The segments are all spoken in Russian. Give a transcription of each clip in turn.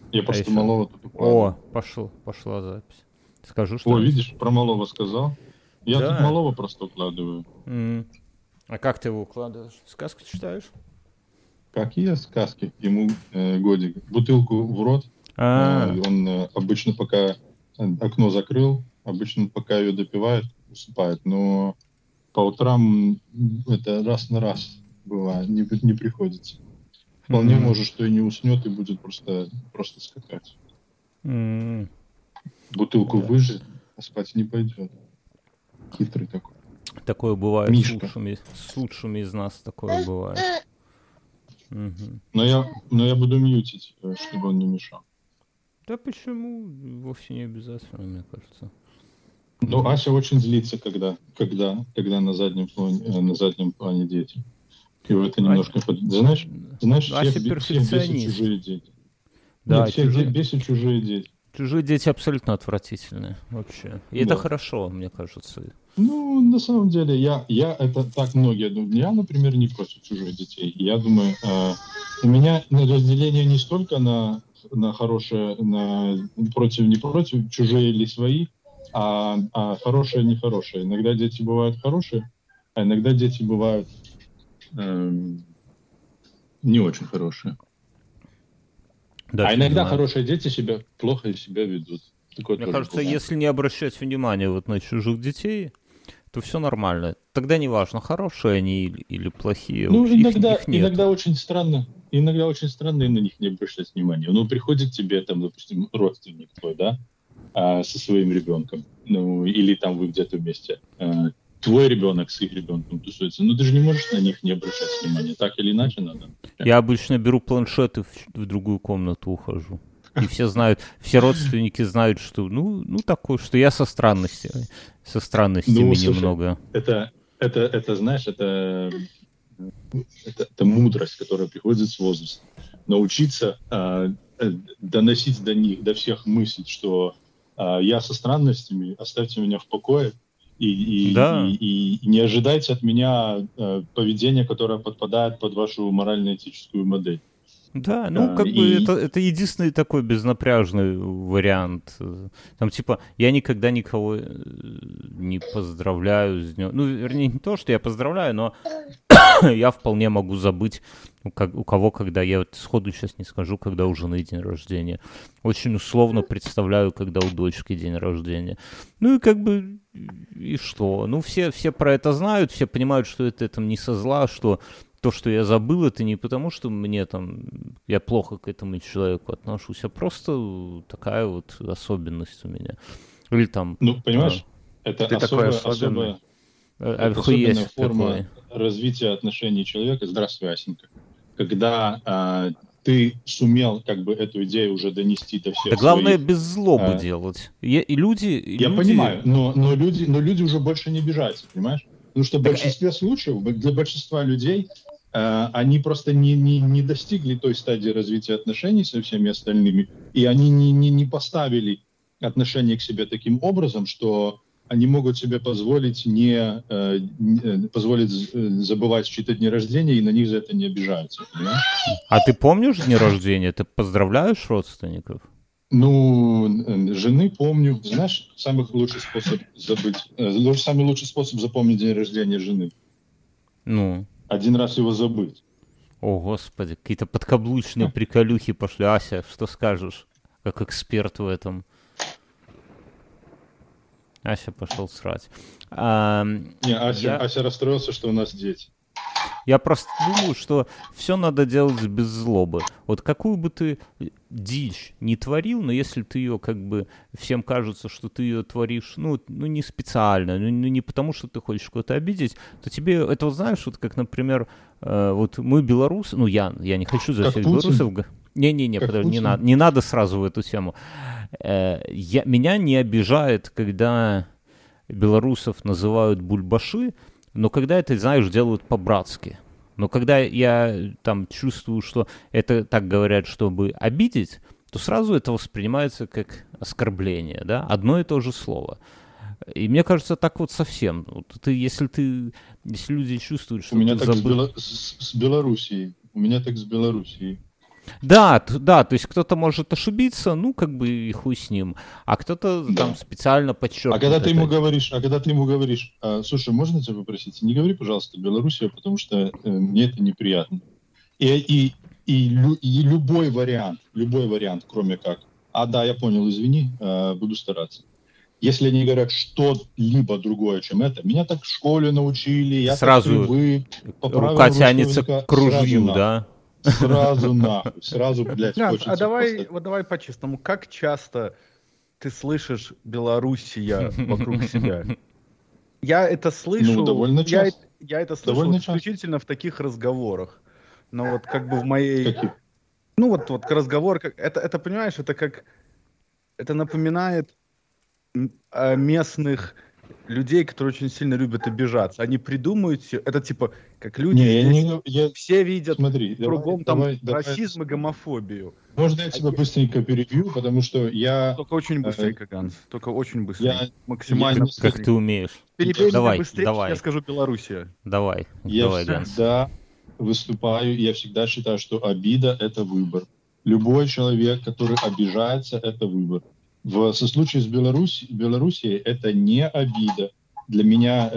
Я А просто еще... малого тут О, укладываю. пошла запись. Скажу О, что-нибудь? видишь, про малого сказал. Я тут Да. малого просто укладываю. А как ты его укладываешь? Сказку читаешь? Какие сказки? Ему годик. Бутылку в рот. А, Он обычно пока окно закрыл, обычно пока ее допивает, усыпает. Но по утрам это раз на раз бывает, не приходится. Вполне м, может, что и не уснет, и будет просто скакать. м, Бутылку да. выжжет, а спать не пойдет. Хитрый такой. Такое бывает Мишка. с лучшими из нас такое бывает. Мгм. Но я буду мьютить, чтобы он не мешал. Да почему? Вовсе не обязательно, мне кажется. Ну, М. Ася очень злится, когда на заднем плане дети. Его это А, немножко... Знаешь, Ася всех бесит перфекционист. чужие дети. Нет, Да, всех бесит чужие дети. чужие дети абсолютно отвратительные вообще. И это Да. хорошо, мне кажется. Ну, на самом деле, я это так многие думают. Я, например, не против чужих детей. Я думаю, у меня разделение не столько на хорошее, на против, не против, чужие или свои, а хорошее, нехорошее. Иногда дети бывают хорошие, а иногда дети бывают эм, не очень хорошие. Да, А фиг иногда знает. хорошие дети плохо себя ведут. Такое Мне тоже кажется, бывает. если не обращать внимания вот на чужих детей, то все нормально. Тогда не важно, хорошие они или плохие, Ну, вообще их нету. иногда очень странно и на них не обращать внимания. Ну, приходит тебе там, допустим, родственник твой, да, со своим ребенком, ну, или там вы где-то вместе, твой ребенок с их ребенком тусуется, ну, ты же не можешь на них не обращать внимания. Так или иначе надо. Я обычно беру планшет и в другую комнату ухожу. И все знают, все родственники знают, что, ну такой, что я со Ну, странностями слушай, немного. знаешь, это мудрость, которая приходит с возрастом. Научиться доносить до них, до всех мысль, что я со странностями, оставьте меня в покое, Да, и не ожидайте от меня поведения, которое подпадает под вашу морально-этическую модель. да, ну А, как бы и это единственный такой безнапряжный вариант. Там типа я никогда никого не поздравляю с днем. Ну, вернее, не то, что я поздравляю, но я вполне могу забыть, у кого, когда я вот сходу сейчас не скажу, когда у жены день рождения. Очень условно представляю, когда у дочки день рождения. Ну и как бы и что? Ну все про это знают, все понимают, что это там не со зла, что то, что я забыл, это не потому, что мне там я плохо к этому человеку отношусь, а просто такая вот особенность у меня. Или там ну, э, понимаешь, это ты такой особая, особенный. особая, это особенная Хуесть форма какой. развития отношений человека. Здравствуй, Асенька. Когда ты сумел как бы эту идею уже донести до Да всех главное своих. без злобы а, делать. И я люди... понимаю, но люди уже больше не обижаются, понимаешь? Потому что в Так, большинстве случаев, для большинства людей, они просто не достигли той стадии развития отношений со всеми остальными, и они не поставили отношения к себе таким образом, что они могут себе позволить позволить забывать чьи-то дни рождения, и на них за это не обижаются, понимаешь? а ты помнишь дни рождения? Ты поздравляешь родственников? Ну, жены помню. Знаешь, самый лучший способ запомнить день рождения жены. Ну, Один раз его забыть. о господи, какие-то подкаблучные приколюхи пошли. Ася, что скажешь, как эксперт в этом? Ася пошел срать. А, Не, Ася, я, Ася расстроился, что у нас дети. Я просто думаю, что все надо делать без злобы. Вот какую бы ты дичь не творил, но если ты ее как бы всем кажется, что ты ее творишь, ну не специально, ну не потому, что ты хочешь кого-то обидеть, то тебе это вот знаешь, вот как, например, вот мы белорусы, ну я не хочу за Как всех белорусов, Путин. не, Как подожди, Путин. не надо сразу в эту тему. Меня не обижает, когда белорусов называют бульбаши, но когда это, знаешь, делают по-братски. Но когда я там чувствую, что это так говорят, чтобы обидеть, то сразу это воспринимается как оскорбление, да, одно и то же слово. И мне кажется, так вот совсем. Вот если люди чувствуют, У что меня ты так забыл... с Белоруссией. У меня так с Белоруссией. Да, да, то есть кто-то может ошибиться, ну, как бы и хуй с ним, а кто-то там специально подчеркнет когда ты ему это. говоришь, слушай, можно тебя попросить, не говори, пожалуйста, Белоруссия, потому что мне это неприятно. И любой вариант, кроме как, да, я понял, извини, буду стараться. Если они говорят что-либо другое, чем это, меня так в школе научили, я так Сразу привык, по рука правилам русского тянется языка, к ружью, да? сразу нахуй, сразу, блядь, Ганс, хочется давай по-честному, как часто ты слышишь «Белоруссия» вокруг себя? Я это слышу, довольно часто. Я это слышу исключительно в таких разговорах. Но вот как бы в моей... Каких? Ну вот разговор, это понимаешь, это напоминает местных людей, которые очень сильно любят обижаться. Они придумывают все, это типа, как люди все видят кругом расизм и гомофобию. Можно я тебя быстренько перебью, потому что я... Только очень быстренько, Ганс, только очень быстренько. Максимально быстренько. Как ты умеешь. Перебей меня быстрее, я скажу «Белоруссия». Давай, Ганс. Я выступаю, я всегда считаю, что обида — это выбор. Любой человек, который обижается, это выбор. В случае с Белоруссией это не обида. Для меня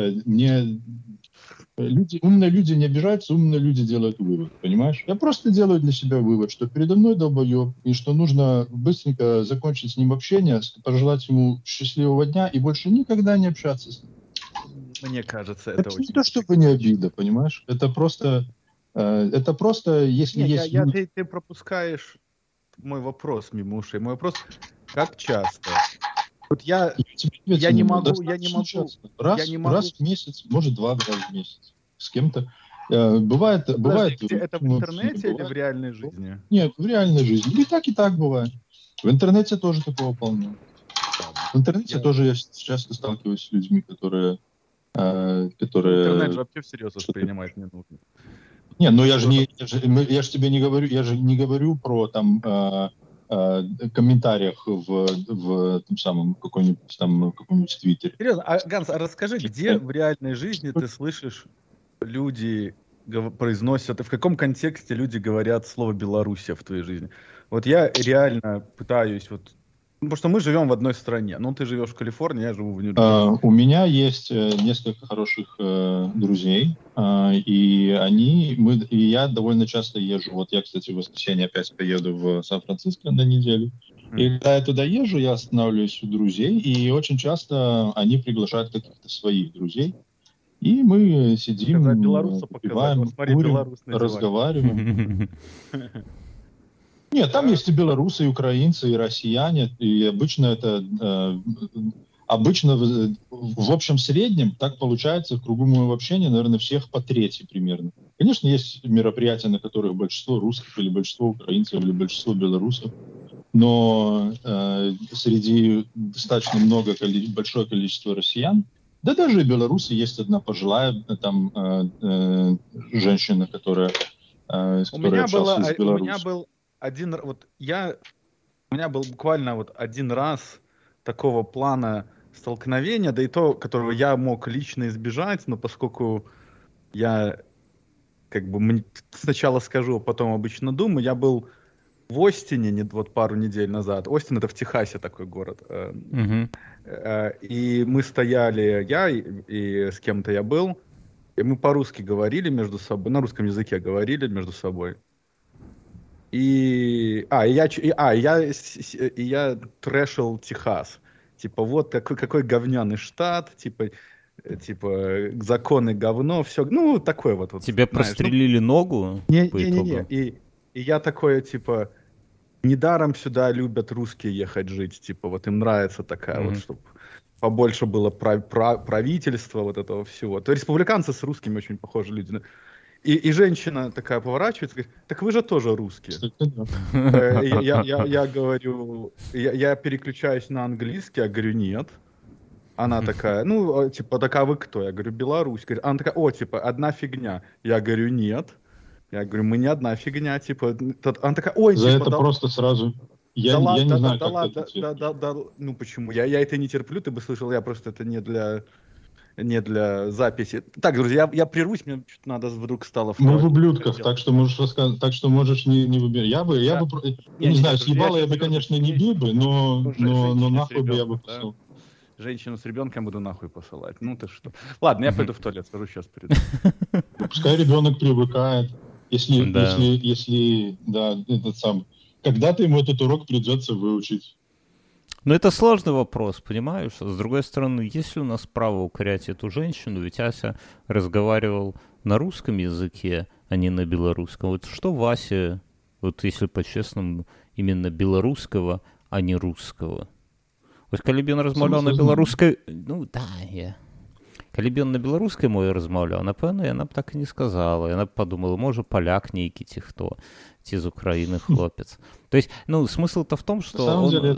умные люди не обижаются, умные люди делают вывод, понимаешь? Я просто делаю для себя вывод, что передо мной долбоеб, и что нужно быстренько закончить с ним общение, пожелать ему счастливого дня и больше никогда не общаться с ним. Мне кажется, это очень... не то, чтобы не обида, понимаешь? Это просто если есть... Ты пропускаешь мой вопрос мимо ушей. Мой вопрос, как часто? Вот я не могу... Раз в месяц, может, 2 раза в месяц. С кем-то. Бывает... Это в интернете или в реальной жизни? Нет, в реальной жизни. И так бывает. В интернете тоже такого полно. В интернете тоже я часто сталкиваюсь с людьми, которые... Интернет же вообще всерьез воспринимать не нужно. Не, ну я же тебе не говорю, я же не говорю про там комментариях в том самом каком-нибудь твиттере. Серьезно, Ганс, расскажи, где в реальной жизни ты слышишь люди произносят, и в каком контексте люди говорят слово «Белоруссия» в твоей жизни? Вот я реально пытаюсь потому что мы живем в одной стране. Ну, ты живешь в Калифорнии, я живу в Нью-Джерси. У меня есть несколько хороших друзей, и я довольно часто езжу. Вот я, кстати, в воскресенье опять поеду в Сан-Франциско на неделю. И когда я туда езжу, я останавливаюсь у друзей, и очень часто они приглашают каких-то своих друзей. И мы сидим, попиваем, курим, разговариваем. Нет, там есть и белорусы, и украинцы, и россияне, и обычно в общем среднем так получается в кругу моего общения, наверное, всех по трети примерно. Конечно, есть мероприятия, на которых большинство русских, или большинство украинцев, или большинство белорусов, но среди достаточно большое количество россиян, да даже и белорусы, есть одна пожилая там женщина, с которой общался из Беларуси. У меня был буквально один раз такого плана столкновения, да и то, которого я мог лично избежать, но поскольку я сначала скажу, а потом обычно думаю, я был в Остине пару недель назад. Остин — это в Техасе такой город. И мы стояли, я и с кем-то я был, и мы по-русски говорили между собой, на русском языке говорили между собой. Я трэшил Техас. Типа, вот какой говняный штат, типа законы говно, все. Ну, такое вот. Тебе прострелили ногу? Не. И я такое, типа, недаром сюда любят русские ехать жить. Типа, вот им нравится такая вот, чтобы побольше было правительства вот этого всего. То республиканцы с русскими очень похожи люди. И женщина такая поворачивается, говорит: так вы же тоже русские. Я говорю, я переключаюсь на английский, я говорю, нет. Она такая, так а вы кто? Я говорю, Беларусь. Она такая, одна фигня. Я говорю, нет. Я говорю, мы не одна фигня, типа. Она такая, это просто сразу... Я не знаю, ну почему? Я это не терплю, ты бы слышал, я просто это не для... не для записи. Так, друзья, я прервусь, мне что-то надо вдруг стало... Мы в ублюдках, так что можешь рассказать, так что можешь не выбирать. Я не знаю, съебало я бы, конечно, не бил бы, но нахуй бы я бы послал. Женщину с ребенком буду нахуй посылать. Ну ты что. Ладно, я пойду в туалет, скажу, сейчас приду. Пускай ребенок привыкает. Если, да, этот сам... Когда-то ему этот урок придется выучить. Ну, это сложный вопрос, понимаешь? С другой стороны, есть ли у нас право укорять эту женщину? Ведь Ася разговаривал на русском языке, а не на белорусском. Вот что Вася, вот если по-честному, именно белорусского, а не русского? Вот коли б ён размаўляў на беларускай... Ну, да, Калі б ён на беларускай мове размаўляў, напэўна, яна б так і не сказала. Яна б подумала, можа, поляк нейкі, ці хто, ці з Украины хлопец. То есть, ну, смысл-то в том, что... На самом деле,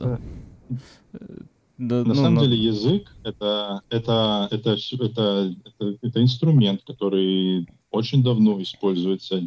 на самом деле язык это инструмент, который очень давно используется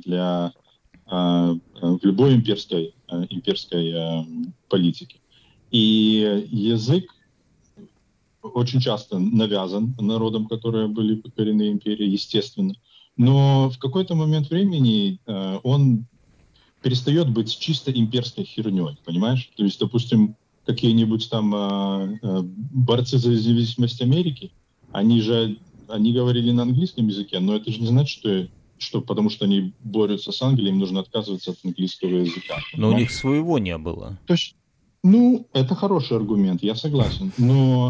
в любой имперской политике. И язык очень часто навязан народам, которые были покорены империей, естественно. Но в какой-то момент времени он перестает быть чисто имперской херней, понимаешь? То есть, допустим, какие-нибудь там борцы за независимость Америки, они говорили на английском языке, но это же не значит, что потому что они борются с Англией, им нужно отказываться от английского языка. Но у них своего не было. То есть, ну, это хороший аргумент, я согласен. Но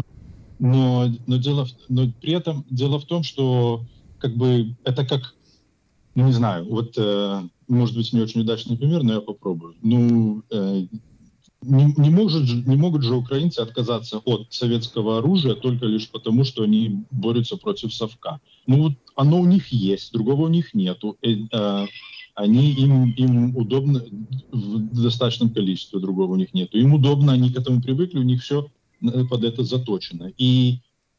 при этом дело в том, что как бы это как, ну, не знаю, вот может быть не очень удачный пример, но я попробую. Ну, не могут же украинцы отказаться от советского оружия только лишь потому, что они борются против совка. Ну вот оно у них есть, другого у них нету. Им удобно в достаточном количестве, другого у них нету. Им удобно, они к этому привыкли, у них все под это заточено. И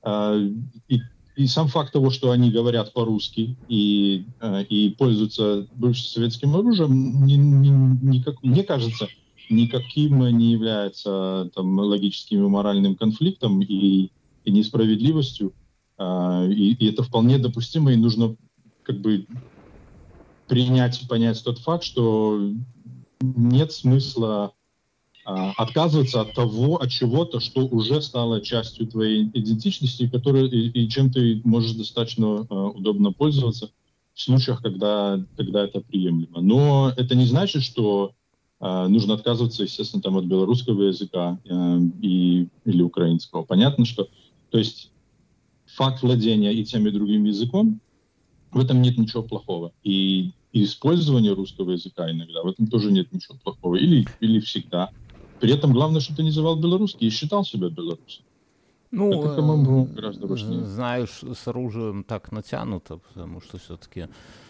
сам факт того, что они говорят по-русски и пользуются бывшим советским оружием, мне кажется, никаким не является там логическим и моральным конфликтом и несправедливостью. И это вполне допустимо, и нужно как бы понять тот факт, что нет смысла отказываться от чего-то, что уже стало частью твоей идентичности, и чем ты можешь достаточно удобно пользоваться в случаях, когда это приемлемо. Но это не значит, что нужно отказываться, естественно, там, от белорусского языка или украинского. Понятно, что... То есть факт владения и тем, и другим языком, в этом нет ничего плохого. И использование русского языка иногда, в этом тоже нет ничего плохого. Или всегда. При этом главное, что ты не называл белорусский и считал себя белорусом. Ну, это, по-моему, гораздо важнее. Знаешь, с оружием так натянуто, потому что все-таки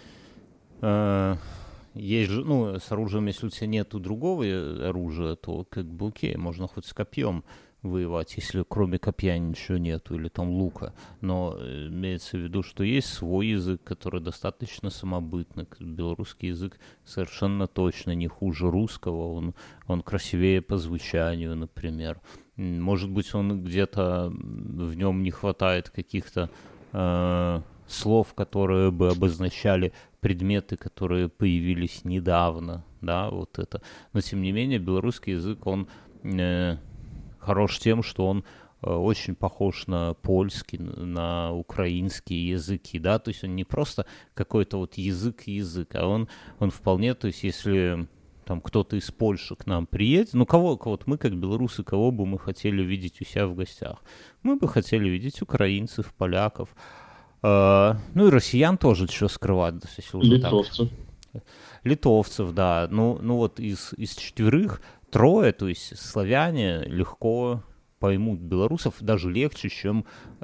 есть же, ну, с оружием, если у тебя нету другого оружия, то как бы окей, можно хоть с копьем воевать, если кроме копья ничего нету, или там лука. Но имеется в виду, что есть свой язык, который достаточно самобытный. Белорусский язык совершенно точно не хуже русского, он красивее по звучанию, например. Может быть, он где-то в нем не хватает каких-то слов, которые бы обозначали предметы, которые появились недавно, да, вот это. Но, тем не менее, белорусский язык, он хорош тем, что он очень похож на польский, на украинские языки, да, то есть он не просто какой-то вот язык, а он вполне, то есть если там кто-то из Польши к нам приедет, ну кого мы как белорусы, кого бы мы хотели видеть у себя в гостях? Мы бы хотели видеть украинцев, поляков, ну и россиян тоже, что скрывать. Если уже литовцев. Так. Литовцев, да, ну вот из четверых трое, то есть славяне легко поймут белорусов, даже легче, чем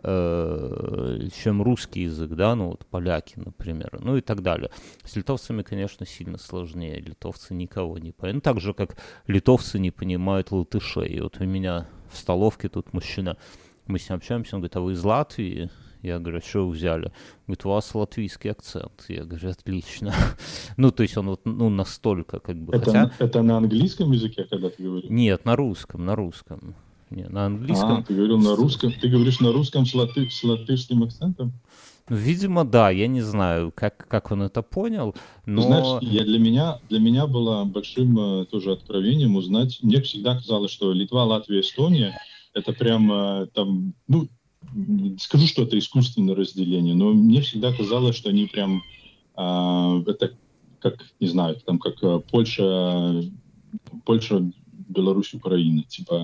русский язык, да, ну вот поляки, например, ну и так далее. С литовцами, конечно, сильно сложнее, литовцы никого не понимают. Ну, так же, как литовцы не понимают латышей. И вот у меня в столовке тут мужчина, мы с ним общаемся, он говорит, а вы из Латвии? Я говорю, что вы взяли? Говорит, у вас латвийский акцент. Я говорю, отлично. Ну, то есть он вот, ну, настолько как бы... Это на английском языке, когда ты говоришь? Нет, на русском. Не, на английском. Ты говорил на русском. Ты говоришь на русском с латышским акцентом? Ну, видимо, да, я не знаю, как он это понял, но... Знаешь, для меня было большим тоже откровением узнать. Мне всегда казалось, что Литва, Латвия, Эстония — это прям там, ну, скажу, что это искусственное разделение, но мне всегда казалось, что они прям, это как, не знаю, там как Польша, Беларусь, Украина, типа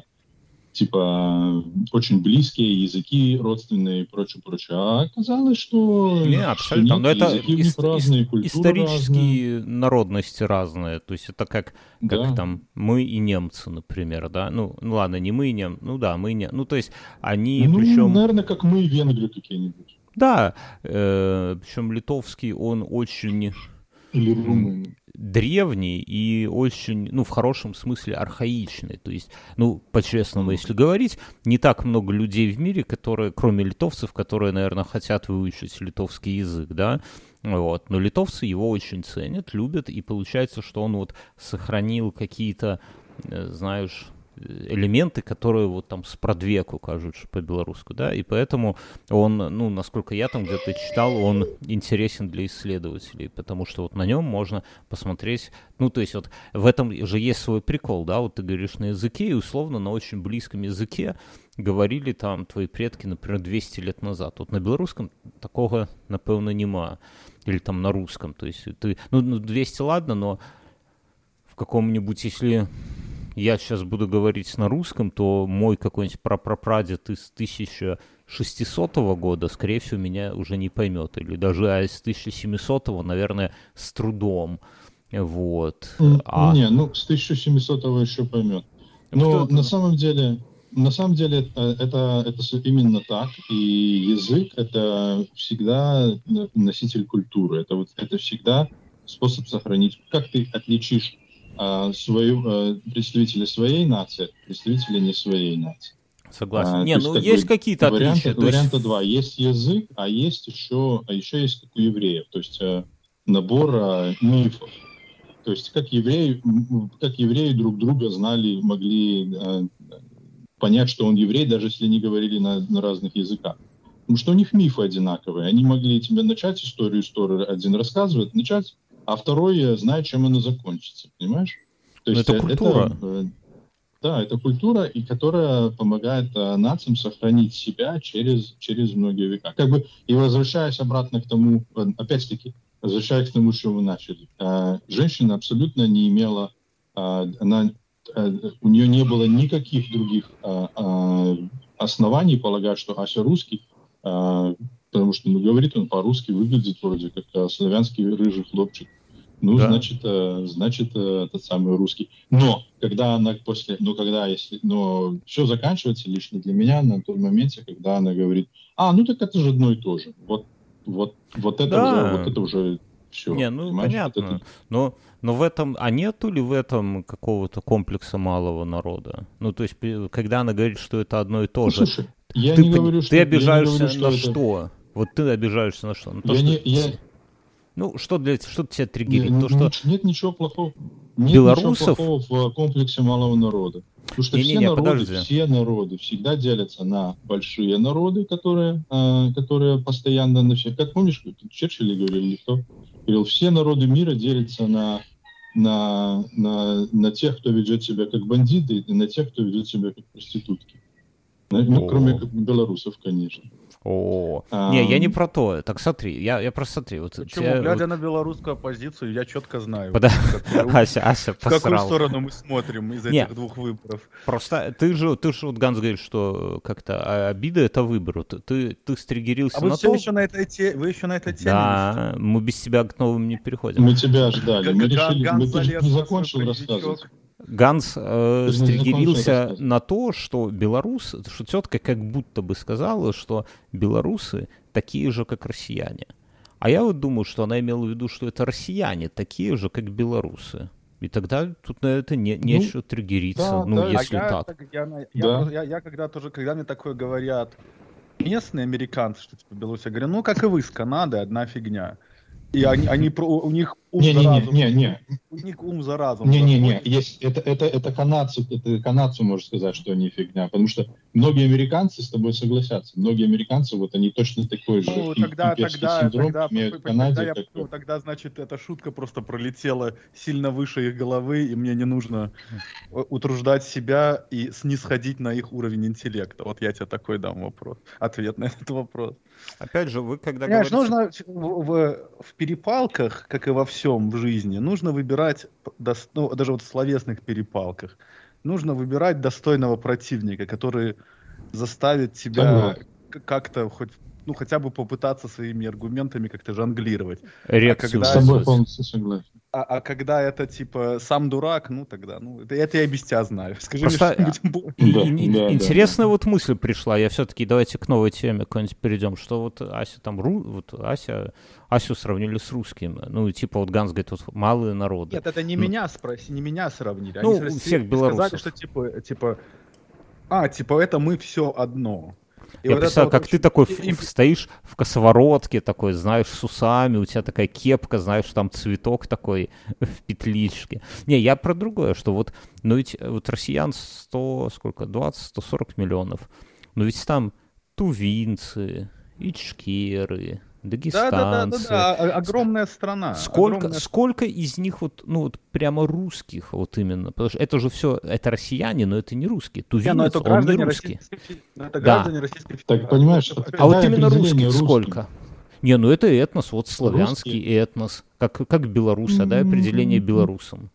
очень близкие языки родственные и прочее. А оказалось, что Не, абсолютно. нет, Но это языки у них разные, культура исторические разная. народности разные. То есть это как Да. там мы и немцы, например, да? Ну ладно, не мы и немцы, ну да, мы и немцы. Ну то есть они, причем... наверное, как мы и венгры какие-нибудь. Да, причем литовский, он очень... Или румыны. древний и очень, ну, в хорошем смысле архаичный. То есть, ну, по-честному, если говорить, не так много людей в мире, которые, кроме литовцев, которые, наверное, хотят выучить литовский язык, да, вот. Но литовцы его очень ценят, любят, и получается, что он вот сохранил какие-то, знаешь, элементы, которые вот там спрадвеку кажутся по-белорусски, да, и поэтому он, ну, насколько я там где-то читал, он интересен для исследователей, потому что вот на нем можно посмотреть, ну, то есть вот в этом же есть свой прикол, да, вот ты говоришь на языке, и условно на очень близком языке говорили там твои предки, например, 200 лет назад. Вот на белорусском такого, напевно, нема, или там на русском, то есть ты, ну 200 ладно, но в каком-нибудь, если... я сейчас буду говорить на русском, то мой какой-нибудь прапрапрадед из 1600 года, скорее всего, меня уже не поймет. Или даже с 1700-го, наверное, с трудом. Вот. Не, ну, с 1700-го еще поймет. Но на самом деле это именно так. И язык — это всегда носитель культуры. Это всегда способ сохранить. Как ты отличишь представителя своей нации от представителя не своей нации? Согласен. Не, ну есть какие-то отличия. Варианта два. Есть язык, а еще есть как у евреев. То есть набор мифов. То есть как евреи друг друга знали, могли понять, что он еврей, даже если не говорили на разных языках. Потому что у них мифы одинаковые. Они могли тебе начать историю один рассказывать, а второй знает, чем она закончится, понимаешь? То есть это культура. Это культура, и которая помогает нациям сохранить себя через многие века. И возвращаясь обратно к тому, опять-таки, возвращаясь к тому, что мы начали. Женщина абсолютно не имела, у нее не было никаких других оснований полагать, что Ася русский, потому что, говорит он по-русски, выглядит вроде как славянский рыжий хлопчик. Ну, да. значит, тот самый русский. Но когда все заканчивается лично для меня на том моменте, когда она говорит, так это же одно и то же. Вот это уже все. Не, ну понятно. Но в этом, а нету ли в этом какого-то комплекса малого народа? Ну, то есть, когда она говорит, что это одно и то же, слушай, ты обижаешься на что? Вот ты обижаешься на что? Ну, что тебя триггерит? Нет ничего плохого. Ничего плохого в комплексе малого народа. Потому что все народы всегда делятся на большие народы, которые постоянно на всех. Как помнишь, Черчилль говорил, или кто? Говорил, все народы мира делятся на тех, кто ведет себя как бандиты, и на тех, кто ведет себя как проститутки. Кроме белорусов, конечно. Не, я не про то. Так смотри, я просто смотри. Вот почему, глядя на белорусскую оппозицию, я четко знаю. Ася в какую сторону мы смотрим из этих двух выборов. Просто ты же вот, Ганс, говоришь, что как-то обида — это выбор. Ты стригерился на то... Вы еще на этой теме? Да, мы без тебя к новым не переходим. Мы тебя ждали. Мы решили, ты не закончил рассказывать. Ганс стригерился на то, что что тетка как будто бы сказала, что белорусы такие же, как россияне. А я вот думаю, что она имела в виду, что это россияне такие же, как белорусы. И тогда тут на это нечего триггериться, если так. Я когда мне такое говорят местные американцы, что типа Беларусь, я говорю, как и вы с Канадой, одна фигня. И у них ум за разум. Не. У них ум за разум. Не. Есть, это канадцу можно сказать, что они фигня. Потому что многие американцы с тобой согласятся. Многие американцы, вот они точно такой же имперский синдром имеют в Канаде. Тогда, значит, эта шутка просто пролетела сильно выше их головы, и мне не нужно утруждать себя и снисходить на их уровень интеллекта. Вот я тебе такой дам вопрос. Ответ на этот вопрос. Опять же, вы когда говорите... Нужно в перепалках, как и во всем в жизни, нужно выбирать, даже вот в словесных перепалках, нужно выбирать достойного противника, который заставит тебя как-то хоть, хотя бы попытаться своими аргументами как-то жонглировать. Реакцию. С тобой полностью согласен. А когда это типа сам дурак, тогда, это я без тебя знаю. Скажи просто мне что-нибудь. Интересная вот мысль пришла. Я все-таки давайте к новой теме какой-нибудь перейдем. Что вот Ася там, Асю сравнили с русским. Типа вот Ганс говорит, вот малые народы. Нет, это не меня спроси, не меня сравнили. Они у всех белорусов. Сказали, что это мы все одно. И я представляю, как ты такой стоишь в косоворотке такой, знаешь, с усами, у тебя такая кепка, знаешь, там цветок такой в петличке. Не, я про другое, что ведь россиян 20-140 миллионов, но ведь там тувинцы, ичкеры, дагестанцы. Да, огромная страна. Сколько из них прямо русских именно? Потому что это же все, это россияне, но это не русские. Тувинец, он не русский. Это граждане Российской Федерации. Так, понимаешь, а вот именно русских сколько? Не, это этнос, славянский этнос, как белорусы, дай определение белорусам.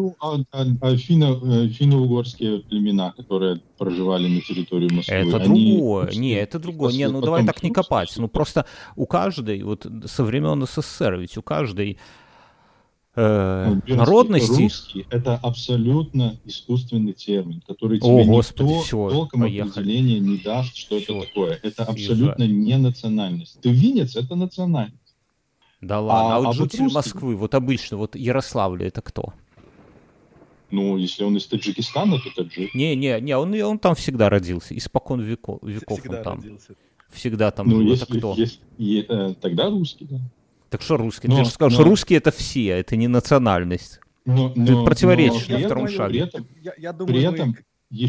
Финно-угорские племена, которые проживали на территории Москвы. Это другое. Это другое. Давай так не копать. Просто у каждой, со времен СССР, ведь у каждой народности... Русский — это абсолютно искусственный термин, который тебе никто толком определения не даст, что это такое. Это абсолютно не национальность. Тувинец — это национальность. Да ладно, а житель Москвы, обычно, Ярославля — это кто? Если он из Таджикистана, то таджик. Не, он там всегда родился, испокон веков всегда он там. Родился. Всегда там это кто? Тогда русский, да. Так что русский? Ты же сказал, что русские это все, это не национальность. Ты противоречишь на втором шаге. Я думаю, мы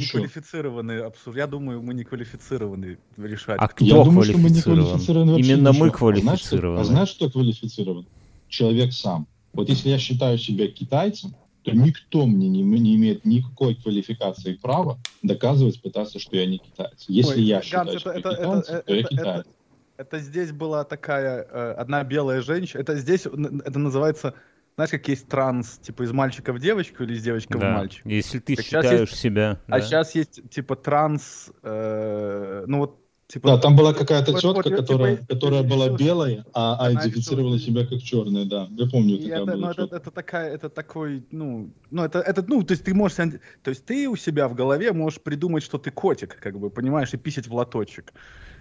не квалифицированы решать. А кто квалифицирован? Именно мы квалифицированы. А знаешь, кто квалифицирован? Человек сам. Вот если я считаю себя китайцем, то никто мне не имеет никакой квалификации и права доказывать, пытаться, что я не китаец. Если я считаю себя китайцем, то я китаец. Это здесь была такая одна белая женщина. Это называется, знаешь, как есть транс, типа из мальчика в девочку или из девочки в мальчика. Если ты считаешь себя. А сейчас есть типа транс, да, там была какая-то тетка, которая была белой, а идентифицировала себя как черная, да. Я помню, такая была тетка. То есть ты можешь, то есть ты у себя в голове можешь придумать, что ты котик, понимаешь, и писать в лоточек.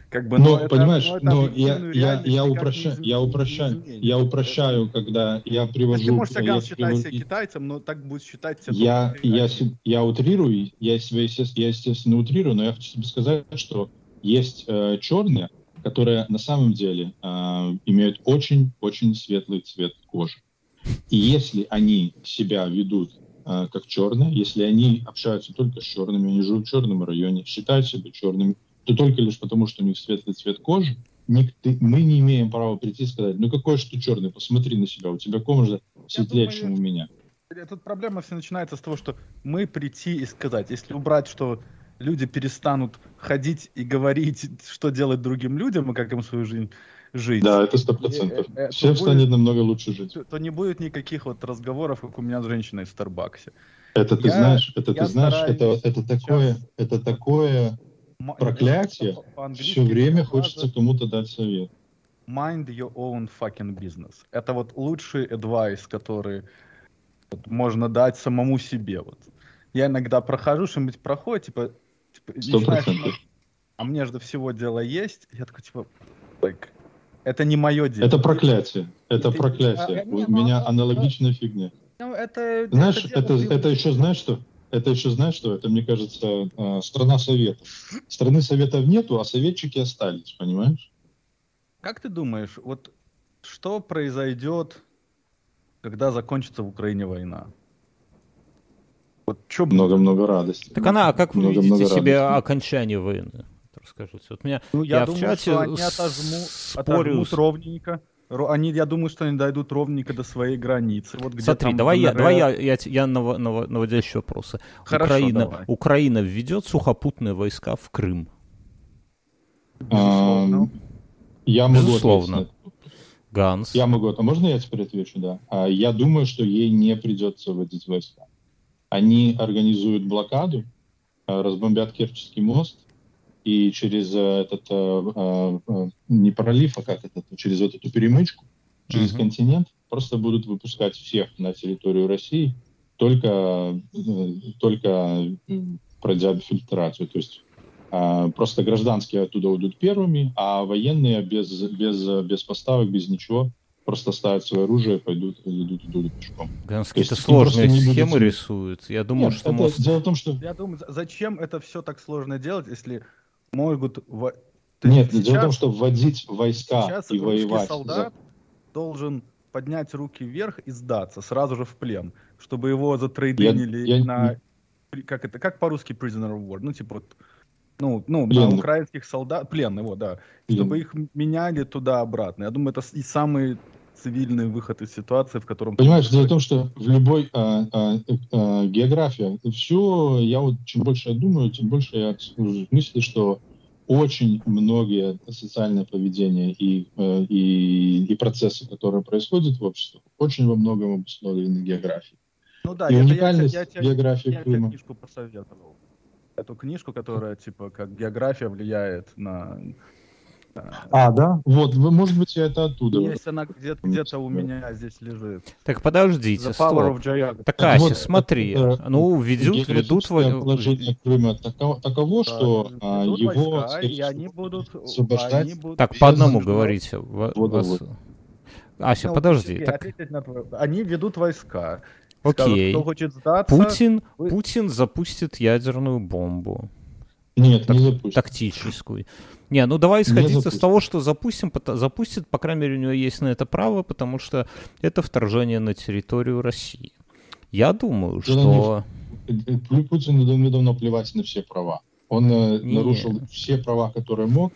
Я упрощаю, когда я привожу... Ты можешь считать себя китайцем, но так будет считать себя... Я утрирую, я, естественно, утрирую, но я хочу тебе сказать, что есть черные, которые на самом деле имеют очень-очень светлый цвет кожи. И если они себя ведут как черные, если они общаются только с черными, они живут в черном районе, считают себя черными, то только лишь потому, что у них светлый цвет кожи, мы не имеем права прийти и сказать, какой же ты черный, посмотри на себя, у тебя кожа светлее, чем у меня. Тут проблема все начинается с того, что мы прийти и сказать, если убрать, что люди перестанут ходить и говорить, что делать другим людям, и как им свою жизнь жить. Да, это 100%. Всем станет намного лучше жить. То не будет никаких разговоров, как у меня с женщиной в Старбаксе. Это такое проклятие. Все время хочется кому-то дать совет. Mind your own fucking business. Это лучший advice, который можно дать самому себе. Я иногда прохожу, что-нибудь проходит, начинаешь, а мне же до всего дела есть. Я такой, это не мое дело. Это проклятие. У меня аналогичная фигня. Знаешь, это еще знаешь что? Это, мне кажется, страна советов. Страны советов нету, а советчики остались, понимаешь? Как ты думаешь, что произойдет когда закончится в Украине война. Вот что Много-много радости. Так а как вы Много-много видите себе радости. окончание войны? Расскажите. Вот меня, Ну, я в думаю, чате что они спорю отожмут ровненько. Я думаю, что они дойдут ровненько до своей границы. Вот где Смотри, там давай ДНР. я наводящий вопросы. Хорошо, давай. Украина введет сухопутные войска в Крым? Безусловно. Я могу Безусловно. ответить на это. Ганс. Я могу. А можно я теперь отвечу? Да. Я думаю, что ей не придется вводить войска. Они организуют блокаду, разбомбят Керченский мост, и через этот, не пролив, а как это, через вот эту перемычку, через континент, просто будут выпускать всех на территорию России, только пройдя фильтрацию. То есть просто гражданские оттуда уйдут первыми, а военные без поставок, без ничего, просто ставят свое оружие, идут пешком. Ганс То есть какие-то им сложные просто не будет схемы сил. рисует. Я думаю, Нет, что это мост... дело в том, что... Я думаю, зачем это все так сложно делать, если могут... Нет, дело в том, что вводить войска Сейчас и русский воевать... солдат должен поднять руки вверх и сдаться сразу же в плен, чтобы его затрейдинили на... Как по-русски prisoner of war? Ну, типа, вот, на украинских солдат... Пленный, вот, да. Чтобы их меняли туда-обратно. Я думаю, это и самый цивильный выход из ситуации, в котором... Понимаешь, дело в том, что в любой географии все, я вот чем больше я думаю, тем больше я мыслю, что очень многие социальное поведение и процессы, которые происходят в обществе, очень во многом обусловлены географией. Ну да, и это уникальность я географии тебе Крыма. книжку посоветовал. Эту книжку, которая, типа, как география влияет на... Да? Вот, может быть, я это оттуда. Есть она где-то у меня здесь лежит. Так подождите, The Power of стоп. Geography. Так, Ася, вот, смотри, ведут... Географическое положение Крыма таково, что ведут его... войска, и они будут... освобождать. Так, по одному говорите. Ася, подожди. Сергей, Так... Они ведут войска. Окей. Скажут, кто хочет сдаться... Путин запустит ядерную бомбу. Нет, не запустит. Тактическую. Не, ну давай исходить из того, что запустит, по крайней мере, у него есть на это право, потому что это вторжение на территорию России. Я думаю, что... Путину давно плевать на все права. Он нарушил все права, которые мог.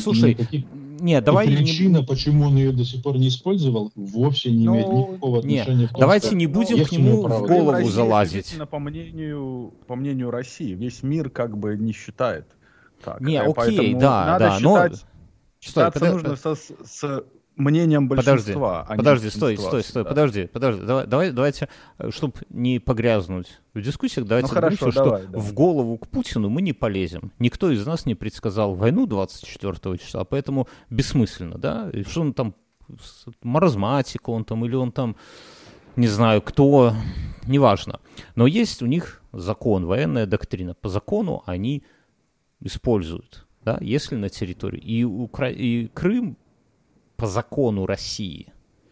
Причина, почему он ее до сих пор не использовал, вовсе не имеет никакого отношения к тому, давайте не будем к нему в голову залазить. По мнению России, весь мир как бы не считает так. Окей, да, считаться нужно с мнением большинства. Подожди, стой, подожди. Давайте, чтобы не погрязнуть в дискуссиях, давайте договоримся, что в голову к Путину мы не полезем. Никто из нас не предсказал войну 24 числа, поэтому бессмысленно, да? И что он там, маразматик он там, или он там, не знаю, кто, неважно. Но есть у них закон, военная доктрина. По закону они используют, да, если на территории. И Крым по закону России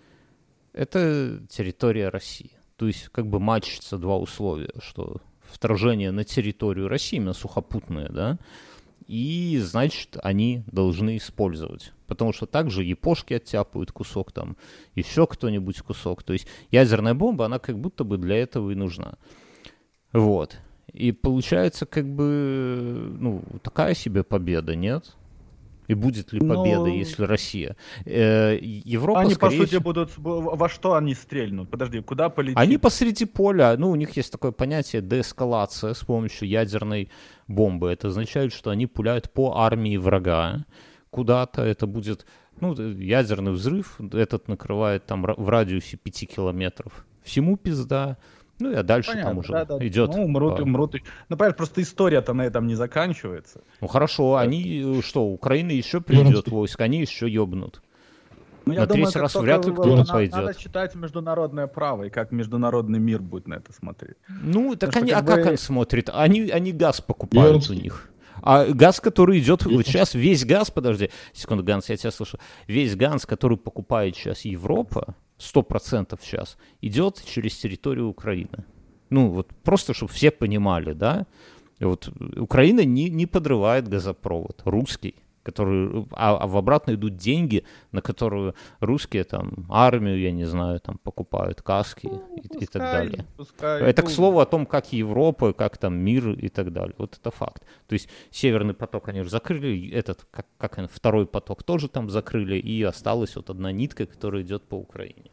это территория России. То есть как бы мачится два условия, что вторжение на территорию России, именно сухопутное, да, и, значит, они должны использовать. Потому что также япошки оттяпают кусок, там, еще кто-нибудь кусок. То есть ядерная бомба, она как будто бы для этого и нужна. Вот. И получается, как бы, такая себе победа, нет? И будет ли победа, если Россия? Европа, они, по сути, будут... Во что они стрельнут? Подожди, куда полетит? Они посреди поля. У них есть такое понятие деэскалация с помощью ядерной бомбы. Это означает, что они пуляют по армии врага куда-то. Это будет, ядерный взрыв. Этот накрывает там в радиусе 5 километров. Всему пизда. А дальше там уже идет... умрут. Понимаешь, просто история-то на этом не заканчивается. Хорошо, они что, Украина еще придет войск, они еще ёбнут. Я думаю, третий раз вряд ли кто-то пойдет. Надо читать международное право, и как международный мир будет на это смотреть. Как он смотрит? Они газ покупают у них. А газ, который идет вот сейчас, весь газ, подожди, секунду, Ганс, я тебя слышу, весь газ, который покупает сейчас Европа, 100% сейчас, идет через территорию Украины. Просто, чтобы все понимали, да, вот Украина не подрывает газопровод, русский, а в обратно идут деньги, на которые русские там армию, я не знаю, там покупают каски и так далее. Это, к слову, о том, как Европа, как там мир и так далее. Вот это факт. То есть Северный поток они же закрыли, этот, второй поток тоже там закрыли, и осталась вот одна нитка, которая идет по Украине.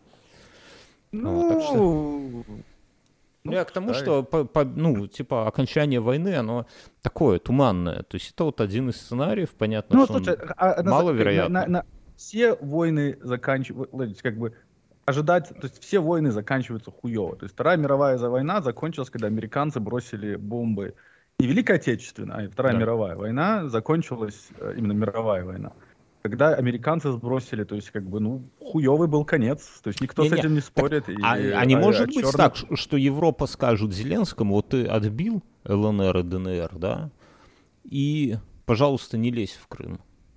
Так что... Я к тому, что окончание войны, оно такое туманное. То есть это вот один из сценариев, понятно, что маловероятно. Все войны заканчиваются, ожидать, то есть все войны заканчиваются хуево. То есть Вторая мировая война закончилась, когда американцы бросили бомбы. Не Великая Отечественная, а Вторая мировая война закончилась, именно мировая война. Когда американцы сбросили, то есть, хуёвый был конец. То есть никто с этим не спорит. Не может быть так, что Европа скажет Зеленскому: вот ты отбил ЛНР и ДНР, да, и, пожалуйста, не лезь в Крым.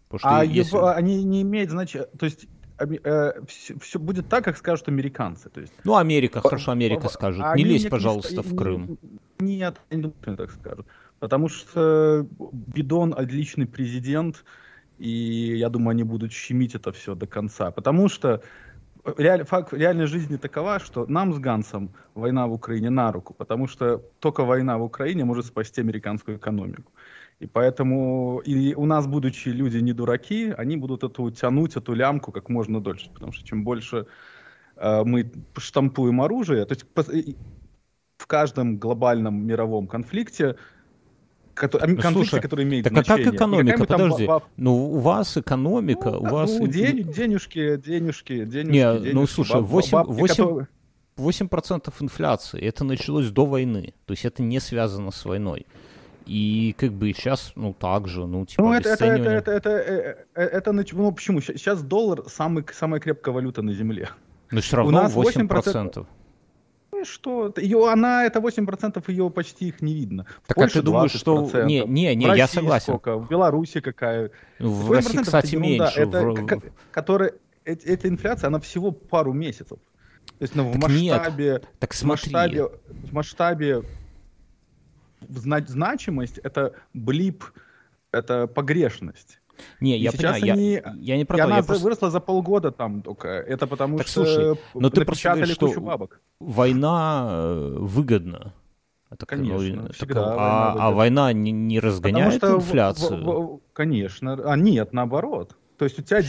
Они не имеют значения, то есть все будет так, как скажут американцы. То есть, Америка скажет: не лезь, пожалуйста, в Крым. Нет, я не думаю, что они так скажут. Потому что Бидон отличный президент, и я думаю, они будут щемить это все до конца. Потому что факт реальной жизни такова, что нам с Гансом война в Украине на руку. Потому что только война в Украине может спасти американскую экономику. И поэтому и у нас, будучи люди не дураки, они будут тянуть эту лямку как можно дольше. Потому что чем больше мы штампуем оружие, то есть в каждом глобальном мировом конфликте, который имеет значение. Так а как экономика? Подожди. У вас экономика, у вас... денежки. Не, слушай, 8% инфляции, это началось до войны. То есть это не связано с войной. И сейчас, так же, обесценивание. Почему? Сейчас доллар самая крепкая валюта на земле. Но все равно 8%. Что? Это 8%, ее почти их не видно. Так а ты думаешь, что... Не, я согласен. Сколько? В Беларуси какая? В России, кстати, меньше. Эта инфляция, она всего пару месяцев. То есть в масштабе значимость — это блип, это погрешность. Не, я понимаю, я не про то. Она выросла за полгода там только. Это потому так, что слушай, но ты напечатали что кучу бабок. Война выгодна. Конечно, всегда а война не разгоняет инфляцию? Конечно. Нет, наоборот. То есть у тебя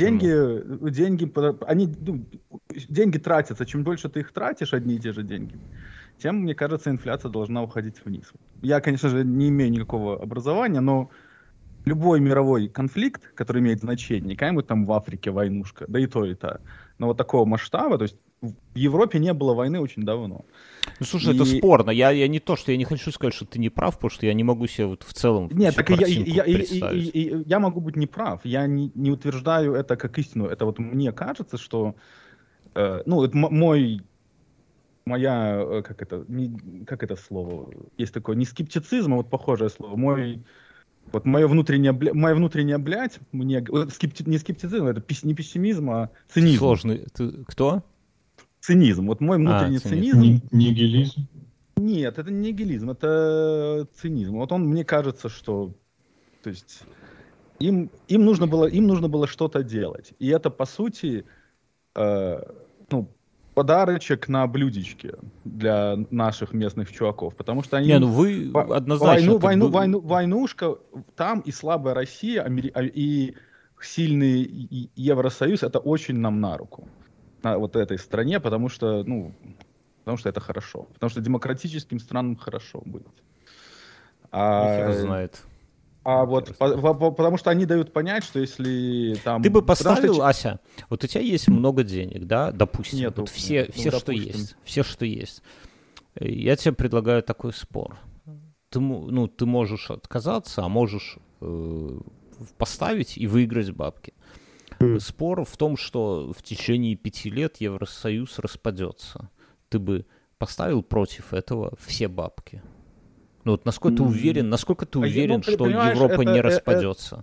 деньги тратятся. Чем дольше ты их тратишь, одни и те же деньги, тем, мне кажется, инфляция должна уходить вниз. Я, конечно же, не имею никакого образования, но любой мировой конфликт, который имеет значение, какая-нибудь там в Африке войнушка, да и то, но вот такого масштаба, то есть в Европе не было войны очень давно. Слушай, это спорно. Я не хочу сказать, что ты не прав, потому что я не могу себе в целом представить. Я могу быть не прав. Я не утверждаю это как истину. Это вот мне кажется, что моя, как это слово, есть такое, не скептицизм, а вот похожее слово, моя внутренняя блядь, не скептицизм, это не пессимизм, а цинизм. Сложный. Кто? Цинизм. Вот мой внутренний цинизм. Нигилизм? Нет, это не нигилизм, это цинизм. Вот мне кажется, что, то есть, им нужно было что-то делать. И это, по сути, подарочек на блюдечке для наших местных чуваков, потому что они... вы однозначно... Войнушка, там и слабая Россия, и сильный Евросоюз, это очень нам на руку, на вот этой стране, потому что это хорошо. Потому что демократическим странам хорошо будет. Знает. Потому что они дают понять, что если там... Ты бы поставил, Ася, вот у тебя есть много денег, да, допустим, нет, вот все, что есть. Я тебе предлагаю такой спор. Ты можешь отказаться, а можешь поставить и выиграть бабки. Спор в том, что в течение 5 лет Евросоюз распадется. Ты бы поставил против этого все бабки? Насколько ты уверен, что Европа не распадется?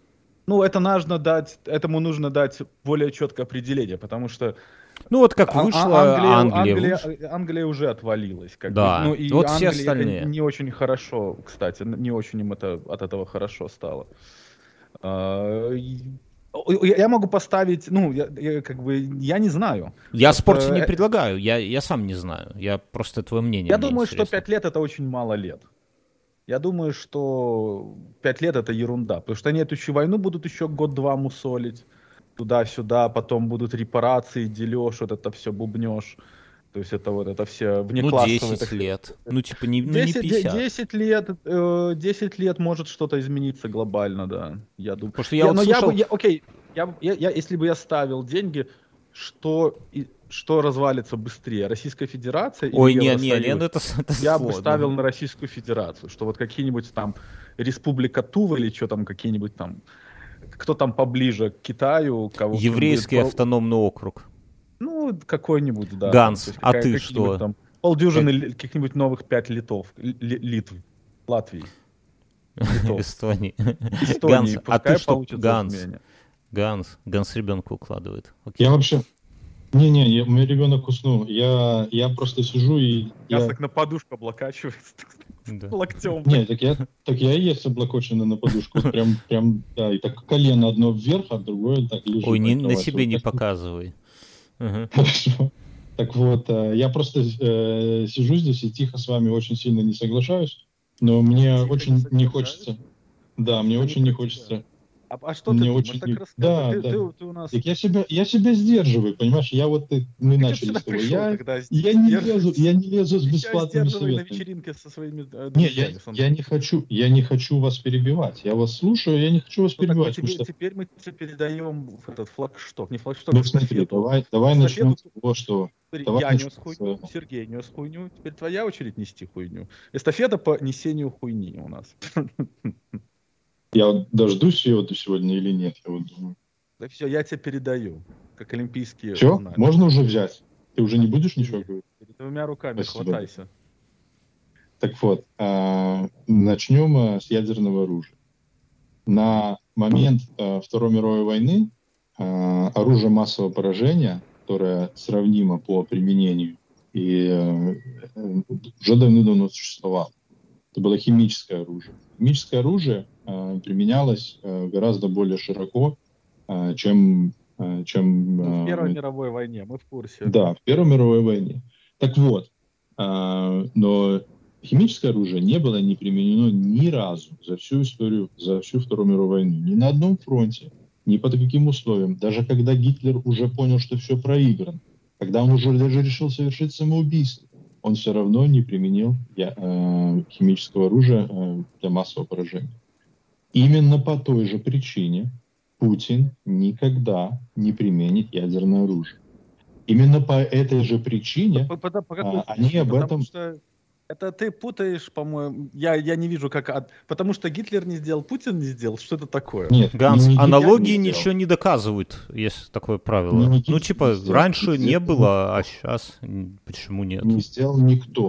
Этому нужно дать более четкое определение, потому что как вышла Англия. Англия уже отвалилась. Да, и вот Англия все остальные. не очень хорошо, кстати, не очень им от этого хорошо стало. Я могу поставить, ну, я не знаю. Я спорте не предлагаю, я сам не знаю. Я просто твое мнение. Я думаю, что 5 лет это очень мало лет. Я думаю, что 5 лет это ерунда, потому что они эту еще войну будут еще год-два мусолить туда-сюда, потом будут репарации, дележ, вот это все бубнеж. То есть это все внеклассовые. 10 лет. Ну, типа, не 50. 10 лет может что-то измениться глобально, да. Я думаю. Потому что я слышал... Если бы я ставил деньги, что развалится быстрее, Российская Федерация или Евросоюз? Это я бы ставил на Российскую Федерацию, что вот какие-нибудь там Республика Тува или что там, какие-нибудь там, кто там поближе к Китаю, кого Еврейский автономный округ. Ну, какой-нибудь, да. Ганс, а ты что? Там, полдюжины каких-нибудь новых 5 Литв, Латвии. Эстонии. Ганс, а ты что? Ганс ребенка укладывает. Окей. Я вообще... Не, у меня ребенок уснул. Я просто сижу и... Ганс так на подушку облокачивается. Локтем. Не, так я и есть облокоченный на подушку. Прям, да, и так колено одно вверх, а другое так лежит. Ой, на себе не показывай. Хорошо. Так вот, я просто сижу здесь и тихо с вами очень сильно не соглашаюсь, но мне очень не хочется. Да, мне очень не хочется. А что ты думаешь? Так рассказывай. Да, ты у нас... Так я себя сдерживаю, понимаешь? Мы начали с того. Я не лезу с бесплатными советами. На вечеринке со своими друзьями. Я не хочу вас перебивать. Я вас слушаю, я не хочу вас перебивать. Теперь мы тебе передаем этот флагшток. Не флагшток, ну, смотри, давай начнем с того, что... Я нес хуйню, Сергей нес хуйню. Теперь твоя очередь нести хуйню. Эстафета по несению хуйни у нас. Я дождусь ее сегодня или нет, я вот думаю. Да все, я тебе передаю, как олимпийские. Все, можно уже взять? Ты уже не будешь ничего говорить? Двумя руками. Спасибо. Хватайся. Так вот, начнем с ядерного оружия. На момент Второй мировой войны оружие массового поражения, которое сравнимо по применению, и уже давно существовало. Это было химическое оружие. Химическое оружие применялось гораздо более широко, чем в Первой мировой войне, мы в курсе. Да, в Первой мировой войне. Так вот, но химическое оружие не было не применено ни разу за всю историю, за всю Вторую мировую войну. Ни на одном фронте, ни под каким условием. Даже когда Гитлер уже понял, что все проиграно, когда он уже даже решил совершить самоубийство, он все равно не применил химического оружия для массового поражения. Именно по той же причине Путин никогда не применит ядерное оружие. Именно по этой же причине они об этом... Это ты путаешь, по-моему, я не вижу, как... Потому что Гитлер не сделал, Путин не сделал, что это такое? Нет, Ганс, аналогии ничего не доказывают, есть такое правило. Ну, типа, раньше не было, а сейчас почему нет? Не сделал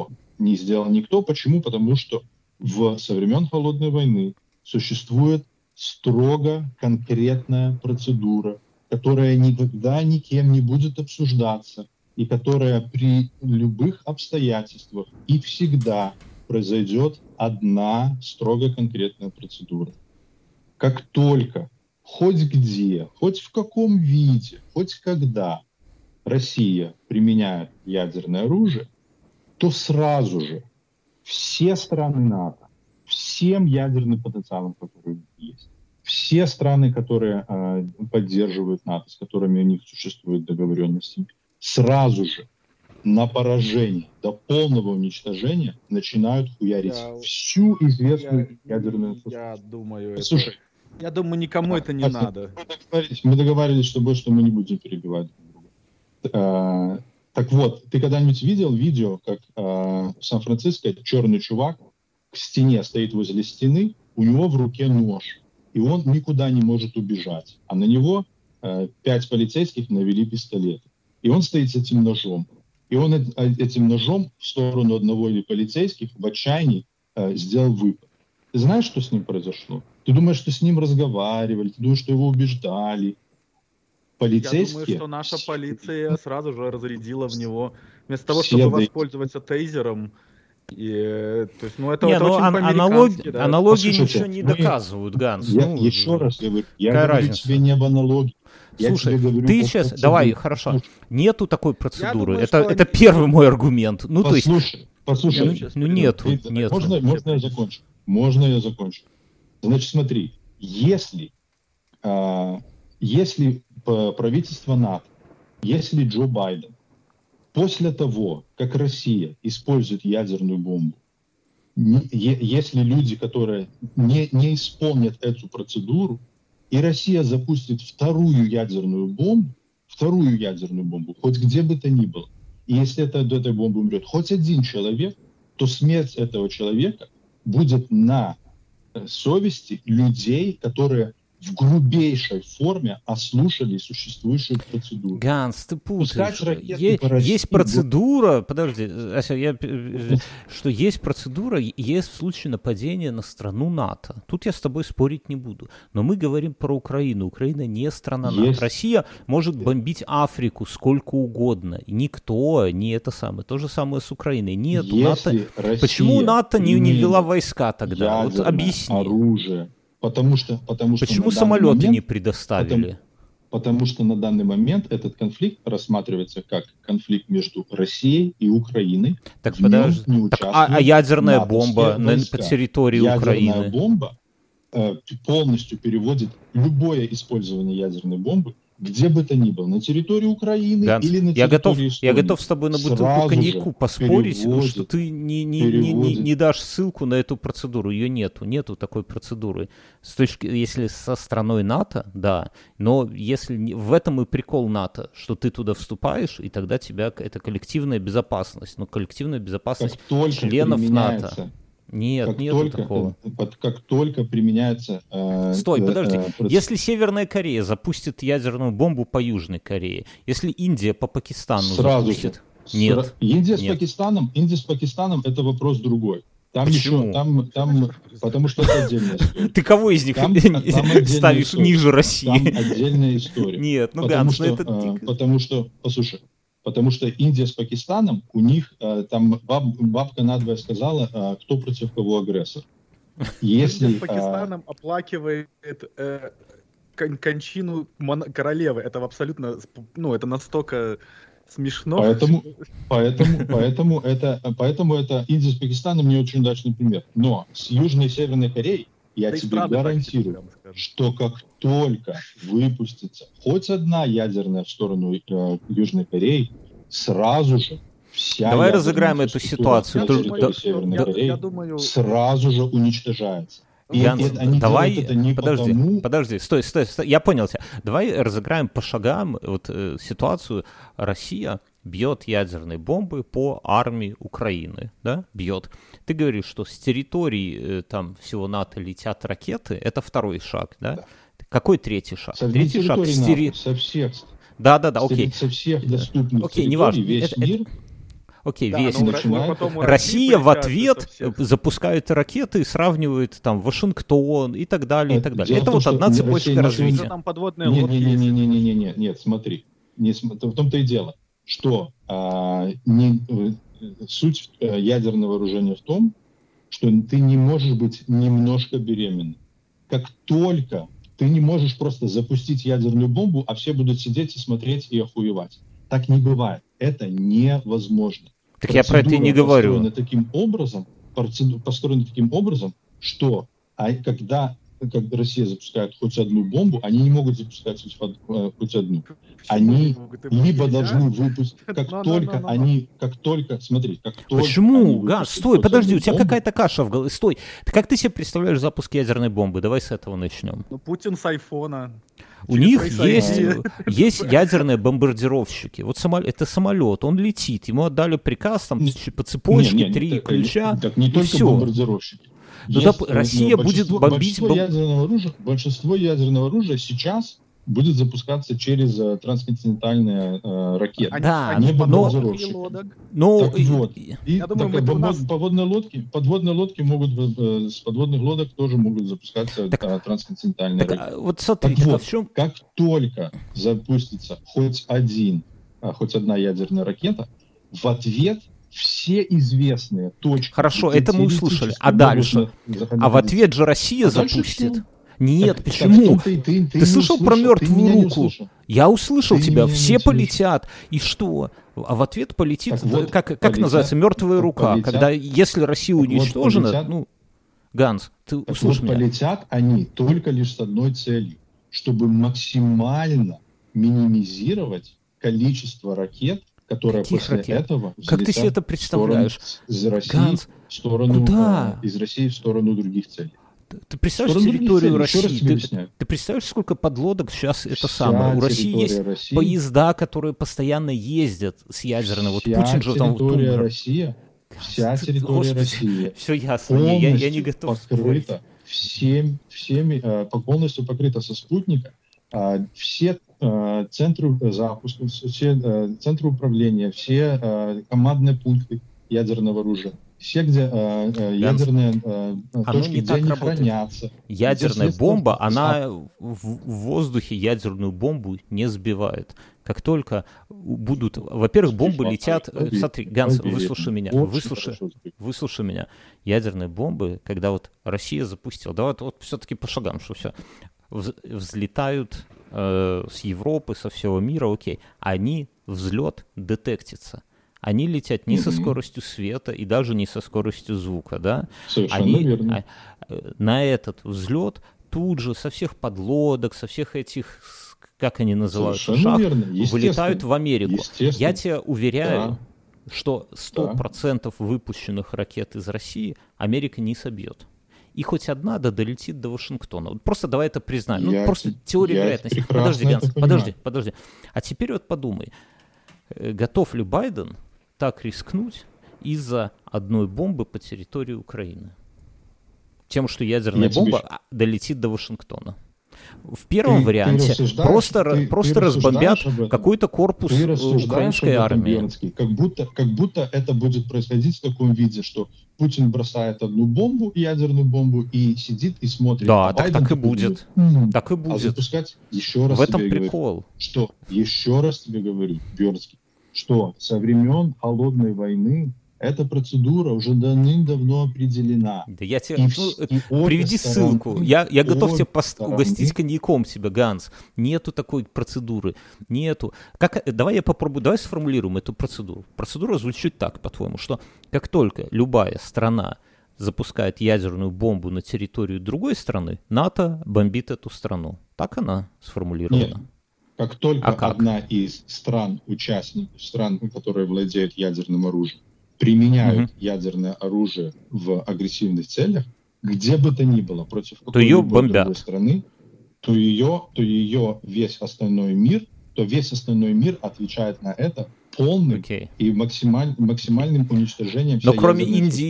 никто. Почему? Потому что со времен Холодной войны существует строго конкретная процедура, которая никогда никем не будет обсуждаться, и которая при любых обстоятельствах и всегда произойдет одна строго конкретная процедура. Как только, хоть где, хоть в каком виде, хоть когда Россия применяет ядерное оружие, то сразу же все страны НАТО, всем ядерным потенциалом, который у них есть, все страны, которые поддерживают НАТО, с которыми у них существуют договоренности, сразу же на поражение до полного уничтожения начинают хуярить всю известную ядерную инфраструктуру. Слушай, я думаю, никому это не надо. Мы договаривались, что больше мы не будем перебивать друг друга. Так вот, ты когда-нибудь видел видео, как в Сан-Франциско черный чувак к стене стоит возле стены, у него в руке нож, и он никуда не может убежать, а на него 5 полицейских навели пистолеты. И он стоит с этим ножом. И он этим ножом в сторону одного из полицейских в отчаянии сделал выпад. Ты знаешь, что с ним произошло? Ты думаешь, что с ним разговаривали? Ты думаешь, что его убеждали? Полицейские... Я думаю, что наша полиция сразу же разрядила в него. Вместо того, чтобы воспользоваться тейзером То есть, это очень по-американски. Аналогии ничего не доказывают, Ганс. Еще раз говорю, я говорю тебе не об аналогии. Слушай, ты сейчас, давай, хорошо, нету такой процедуры. Это первый мой аргумент. Послушай. Нету. Можно я закончу? Значит, смотри, если правительство НАТО, если Джо Байден после того, как Россия использует ядерную бомбу, если люди, которые не исполнят эту процедуру, и Россия запустит вторую ядерную бомбу, хоть где бы то ни было, и если от этой бомбы умрет хоть один человек, то смерть этого человека будет на совести людей, которые в грубейшей форме ослушали существующую процедуру. Ганс, ты путаешь. Есть процедура, подожди, что есть процедура, есть в случае нападения на страну НАТО. Тут я с тобой спорить не буду. Но мы говорим про Украину. Украина не страна НАТО. Россия может бомбить Африку сколько угодно. И никто не это самое. То же самое с Украиной. Нету НАТО. Почему НАТО не ввела войска тогда? Вот объясни. Оружие. Почему самолеты не предоставили? Потому что на данный момент этот конфликт рассматривается как конфликт между Россией и Украиной. Так подожди. А ядерная бомба на территории Украины? Ядерная бомба полностью переводит любое использование ядерной бомбы где бы то ни было, на территории Украины, Ганс, или на территории Эстонии. Я готов с тобой на бутылку коньяку поспорить, что ты не дашь ссылку на эту процедуру. Ее нету такой процедуры. Если со страной НАТО, да, но если в этом и прикол НАТО, что ты туда вступаешь, и тогда тебя это коллективная безопасность. Но коллективная безопасность членов НАТО. Нету такого. Как только применяется... Стой, подожди. Если Северная Корея запустит ядерную бомбу по Южной Корее, если Индия по Пакистану запустит... Нет. Индия с Пакистаном это вопрос другой. Почему? Потому что это отдельная история. Ты кого из них ставишь ниже России? Там отдельная история. Нет, Ганс, это... Потому что Индия с Пакистаном, у них там бабка надвое сказала, кто против кого агрессор. Если с Пакистаном оплакивает кончину королевы, это абсолютно, это настолько смешно. Поэтому это Индия с Пакистаном не очень удачный пример. Но с Южной и Северной Кореей я тебе гарантирую, что как только выпустится хоть одна ядерная в сторону Южной Кореи, сразу же вся Давай разыграем эту ситуацию. Я думаю, сразу же уничтожается. Ганс, давай, подожди, стой, я понял тебя. Давай разыграем по шагам ситуацию. Россия бьет ядерные бомбы по армии Украины, да, бьет. Ты говоришь, что с территории там всего НАТО летят ракеты, это второй шаг, да? Какой третий шаг? Третий шаг со всех. Да, окей. Со всех доступных территорий, неважно. Весь мир. Окей, Россия в ответ запускает ракеты и сравнивает там Вашингтон и так далее, и так далее. Это одна цепочка развития. Там подводные лодки. Нет, смотри. В том-то и дело, что суть ядерного вооружения в том, что ты не можешь быть немножко беременным. Как только ты не можешь просто запустить ядерную бомбу, а все будут сидеть и смотреть и охуевать. Так не бывает. Это невозможно. Так я про это и не говорю. Построено таким образом, что когда Россия запускает хоть одну бомбу, они не могут запускать хоть одну. Они либо должны выпустить, как только. Почему? Гаш, стой, подожди, у тебя какая-то каша в голове. Стой. Как ты себе представляешь запуск ядерной бомбы? Давай с этого начнем. Путин с айфона. У них есть ядерные бомбардировщики. Вот это самолет, он летит, ему отдали приказ там по цепочке 3 ключа. Так не только бомбардировщики. Россия будет бомбить... Большинство ядерного оружия сейчас будет запускаться через трансконтинентальные ракеты. Не бомбардировщики. Подводные лодки могут, с подводных лодок тоже могут запускаться трансконтинентальные ракеты. Вот смотри, в чем... Как только запустится хоть одна ядерная ракета, в ответ все известные точки. Хорошо, это мы услышали. А дальше? А в ответ же Россия запустит. Нет, так, почему? Так, ты слышал про мертвую руку? Я услышал ты тебя, меня все не полетят. И что? А в ответ полетит, вот, как полетят, называется, мертвая рука. полетят, когда, если Россия уничтожена, вот полетят, ну, Ганс, ты услышь меня. Полетят они только лишь с одной целью, чтобы максимально минимизировать количество ракет, которые Каких после ракет? этого Как ты себе это представляешь? из России Ганс, в сторону, куда? из России в сторону других целей. Ты представляешь территорию России? Ты представляешь, сколько подлодок сейчас это самое? У России есть поезда, которые постоянно ездят с ядерной. Вот Путин же там... Вся территория России все ясно. Я не готов покрыта полностью покрыта со спутника. Все центры запуска, все центры управления, все командные пункты ядерного оружия. Все, где ядерные точки, где они хранятся. Ядерная бомба, она в воздухе ядерную бомбу не сбивает. Как только будут... Во-первых, бомбы летят... Смотри, Ганс, выслушай меня. Выслушай меня. Ядерные бомбы, когда вот Россия запустила... Давай вот все-таки по шагам, что все. Взлетают с Европы, со всего мира, окей. Взлет детектится. Они летят не со скоростью света и даже не со скоростью звука, да? Совершенно верно. На этот взлет тут же со всех подлодок, со всех этих, как они называются, шахт, вылетают в Америку. Я тебе уверяю, что 100% выпущенных ракет из России Америка не собьет. И хоть одна долетит до Вашингтона. Просто давай это признаем. Просто теория вероятности. Подожди, Ганс, подожди. А теперь вот подумай. Готов ли Байден так рискнуть из-за одной бомбы по территории Украины? Тем, что ядерная бомба долетит до Вашингтона. В первом варианте просто разбомбят какой-то корпус украинской армии. Как будто это будет происходить в таком виде, что Путин бросает одну бомбу, ядерную бомбу, и сидит и смотрит. Да, так и будет. Так и будет. А запускать, еще раз в этом тебе прикол. Говорю, еще раз тебе говорю, Бёрдский, что со времен Холодной войны эта процедура уже давным-давно определена. Да я тебе... приведи ссылку. Я готов тебя угостить коньяком тебя, Ганс. Нету такой процедуры. Нету. Давай я попробую, давай сформулируем эту процедуру. Процедура звучит так, по-твоему, что как только любая страна запускает ядерную бомбу на территорию другой страны, НАТО бомбит эту страну. Так она сформулирована? Нет. Как только одна из стран-участников, стран, которые владеют ядерным оружием, применяют ядерное оружие в агрессивных целях, где бы то ни было, против какой-либо другой страны, то ее весь остальной мир отвечает на это полным и максимальным уничтожением. Но кроме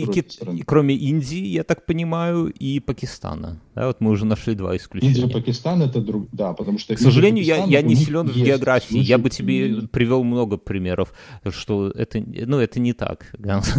Индии, я так понимаю, и Пакистана. Да, вот мы уже нашли два исключения. Индия и Пакистан это да, потому что... К сожалению, я не силен в географии. Я бы тебе привел много примеров, что это не так.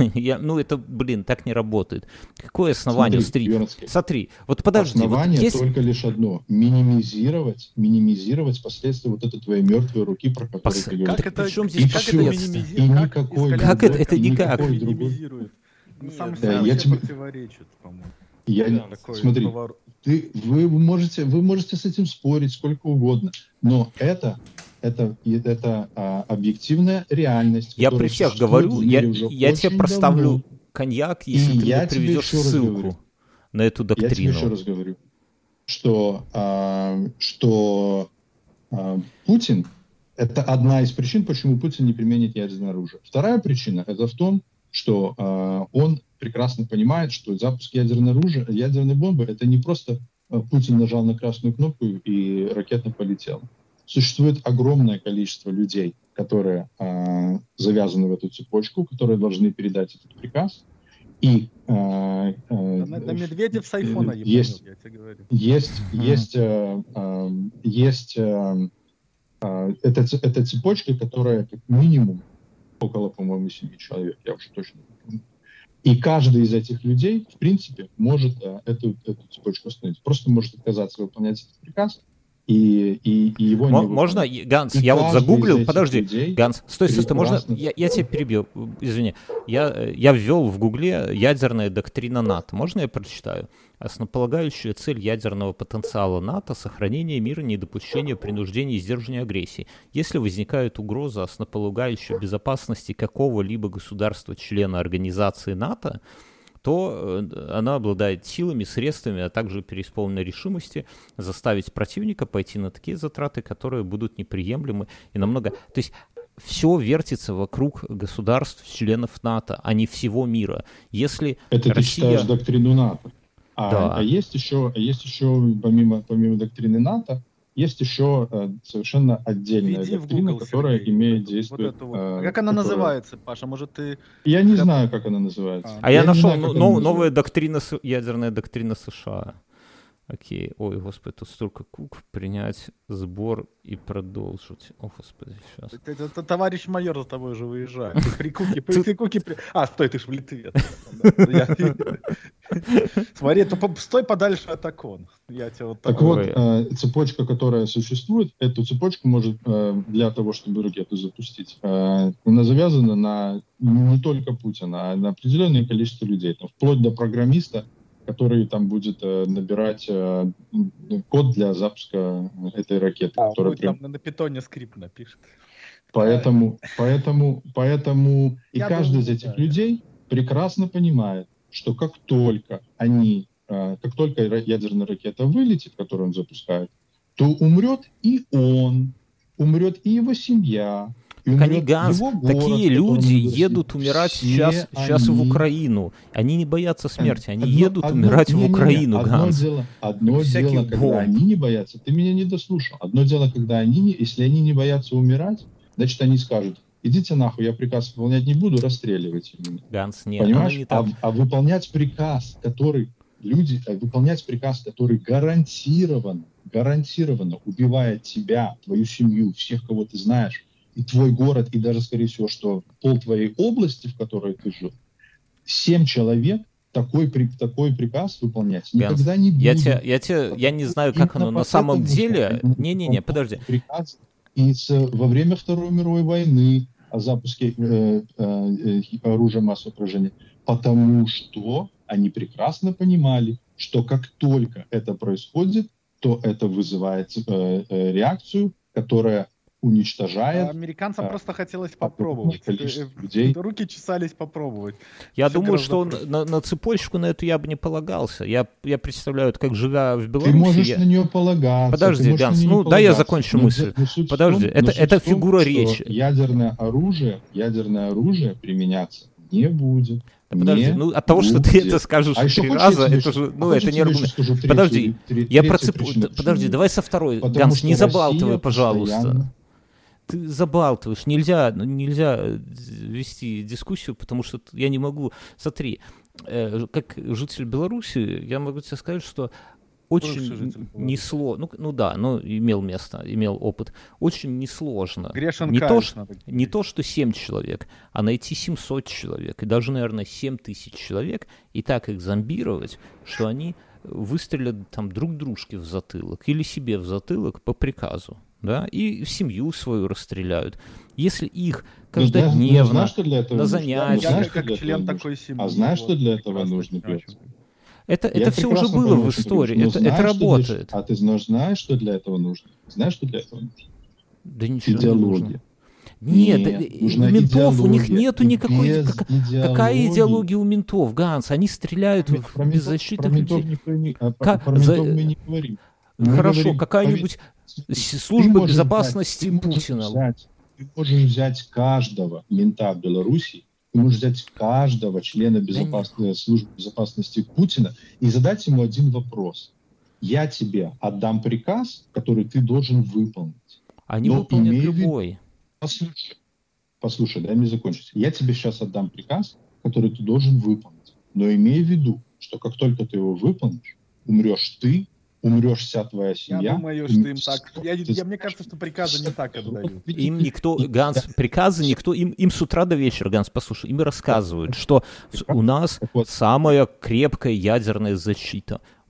Это, так не работает. Какое основание? Смотри, вот подожди. Основание только лишь одно. Минимизировать последствия вот этой твоей мертвой руки, про которую ты говоришь. Причем здесь как это минимизирует? Как это никак? Минимизирует. Сам себе противоречит, по-моему. Смотри, вы можете с этим спорить сколько угодно, но это объективная реальность. Я при всех говорю, я тебе проставлю коньяк, если ты мне приведешь ссылку на эту доктрину. Я тебе еще раз говорю, что Путин — это одна из причин, почему Путин не применит ядерное оружие. Вторая причина — это в том, что он прекрасно понимает, что запуск ядерной бомбы — это не просто Путин нажал на красную кнопку и ракета полетела. Существует огромное количество людей, которые завязаны в эту цепочку, которые должны передать этот приказ. И Медведев с айфона есть, я тебе говорю. Есть эта цепочка, которая как минимум около, по-моему, 7 человек, я уже точно не помню. И каждый из этих людей, в принципе, может эту цепочку остановить. Просто может отказаться выполнять этот приказ, и его не Можно, выполнять. Ганс, И я вот каждый из загуглил, этих подожди, людей Ганс, стой, можно, прекрасно- я тебя перебью, извини, я ввел в гугле ядерная доктрина НАТО, можно я прочитаю? Основополагающая цель ядерного потенциала НАТО – сохранение мира, недопущение принуждения и сдерживания агрессии. Если возникает угроза основополагающей безопасности какого-либо государства-члена организации НАТО, то она обладает силами, средствами, а также преисполненной решимости заставить противника пойти на такие затраты, которые будут неприемлемы и намного... То есть все вертится вокруг государств, членов НАТО, а не всего мира. Если Это ты Россия... читаешь доктрину НАТО. Да. А есть еще помимо доктрины НАТО, есть еще совершенно отдельная Введи в доктрина, Google, которая Сергей, имеет вот действие. это вот. А как она называется, Паша? Может, ты... Я не знаю, как она называется. А я не нашел знаю, как она новая называется. доктрина, ядерная доктрина США. Окей. Ой, господи, тут столько кук. Принять сбор и продолжить. О, господи, сейчас. Это товарищ майор за тобой уже выезжает. Ты при Куке... А, стой, ты ж в Литве. Смотри, стой подальше от окон. Я тебе вот Так такой... вот, цепочка, которая существует, эту цепочку может для того, чтобы ракету запустить, она завязана на не только Путина, а на определенное количество людей, там, вплоть до программиста, который там будет набирать код для запуска этой ракеты. Которая там на питоне скрипт напишет. Поэтому и Я каждый думаю, из этих да. людей прекрасно понимает, что как только ядерная ракета вылетит, которую он запускает, то умрет и он, умрет и его семья, и умрет Ганс, его город, такие в котором люди он вырастет. едут умирать Все сейчас в они- Украину. Они не боятся смерти, они Одно- едут одно- умирать в не-не-не, Украину, одно Ганс. Одно Всяких дело, когда бомб. они не боятся. Ты меня не дослушал. Одно дело, когда если они не боятся умирать, значит, они скажут: идите нахуй, я приказ выполнять не буду, расстреливайте меня. Ганс, нет, Понимаешь? оно не так. А выполнять приказ, который гарантированно убивает тебя, твою семью, всех, кого ты знаешь, и твой город, и даже, скорее всего, что пол твоей области, в которой ты жил, 7 человек такой приказ выполнять Ганс, никогда не будет. я не знаю, как оно на самом деле... Не-не-не, подожди. Приказ во время Второй мировой войны о запуске оружия массового поражения, потому что они прекрасно понимали, что как только это происходит, то это вызывает реакцию, которая уничтожает. Американцам просто хотелось попробовать. Количество людей. Руки чесались попробовать. Я Всё думаю, гораздо что проще. на цепочку на эту я бы не полагался. Я представляю, это как живя в Ты Беларуси. можешь на нее полагаться. Подожди, ты можешь Ганс, на неё ну, дай я полагаться. закончу Но мысль. суть в Подожди, том- но суть это в том, фигура что речи. Ядерное оружие применяться не будет. Подожди, Не ну от того, что ты будет. это скажешь А еще 3 хочешь, раза, я тебе это еще- же, а ну, хочешь, это не я тебе аргумент. еще скажу третью- Подожди, я третью причину, подожди, почему? давай со второй. Потому Ганс, что не забалтывай, Россия пожалуйста. постоянно- Ты забалтываешь, нельзя вести дискуссию, потому что я не могу. Смотри, как житель Беларуси, я могу тебе сказать, что Бывший очень житель Беларуси. несложно, имел опыт, очень несложно. Грешен Не каюсь, то, что, надо не то, что 7 человек, а найти 700 человек, и даже, наверное, 7000 человек, и так их зомбировать, что они выстрелят там друг дружке в затылок или себе в затылок по приказу, да, и семью свою расстреляют. Если их каждодневно знаешь, что для этого на нужно? занятиях... Я Знаешь, что как для член этого такой нужно? семьи. А знаешь, вот, что для этого прекрасно нужно, понимаю, Петр? о чем ты. Это Я все уже прекрасно было понимаю, в что ты истории, говоришь, но это знаешь, что для- работает. А ты знаешь, что для этого нужно? Знаешь, что для этого нужно? Да ничего не нужно. Идеология. Нет, нужна у ментов у них идеология. нету никакой... Без Какая идеология у ментов, Ганс? Они стреляют Про в ментов- беззащитных про ментов людей. про ментов мы не говорим. Мы Хорошо, говорим, какая-нибудь ты служба можешь безопасности взять- ты можешь Путина. Ты можешь взять каждого мента Беларуси, ты можешь взять каждого члена службы безопасности Путина и задать ему один вопрос. Я тебе отдам приказ, который ты должен выполнить. Они Но выполнят имей в виду- любой. Послушай, дай мне закончить. Я тебе сейчас отдам приказ, который ты должен выполнить. Но имей в виду, что как только ты его выполнишь, умрешь ты, умрешь вся твоя семья. Я думаю, что им умрешь так... Мне кажется, что приказы не так отдают. Им никто, Ганс, приказы никто, им с утра до вечера, Ганс, послушай, им рассказывают, что у нас Так вот. самая крепкая ядерная защита.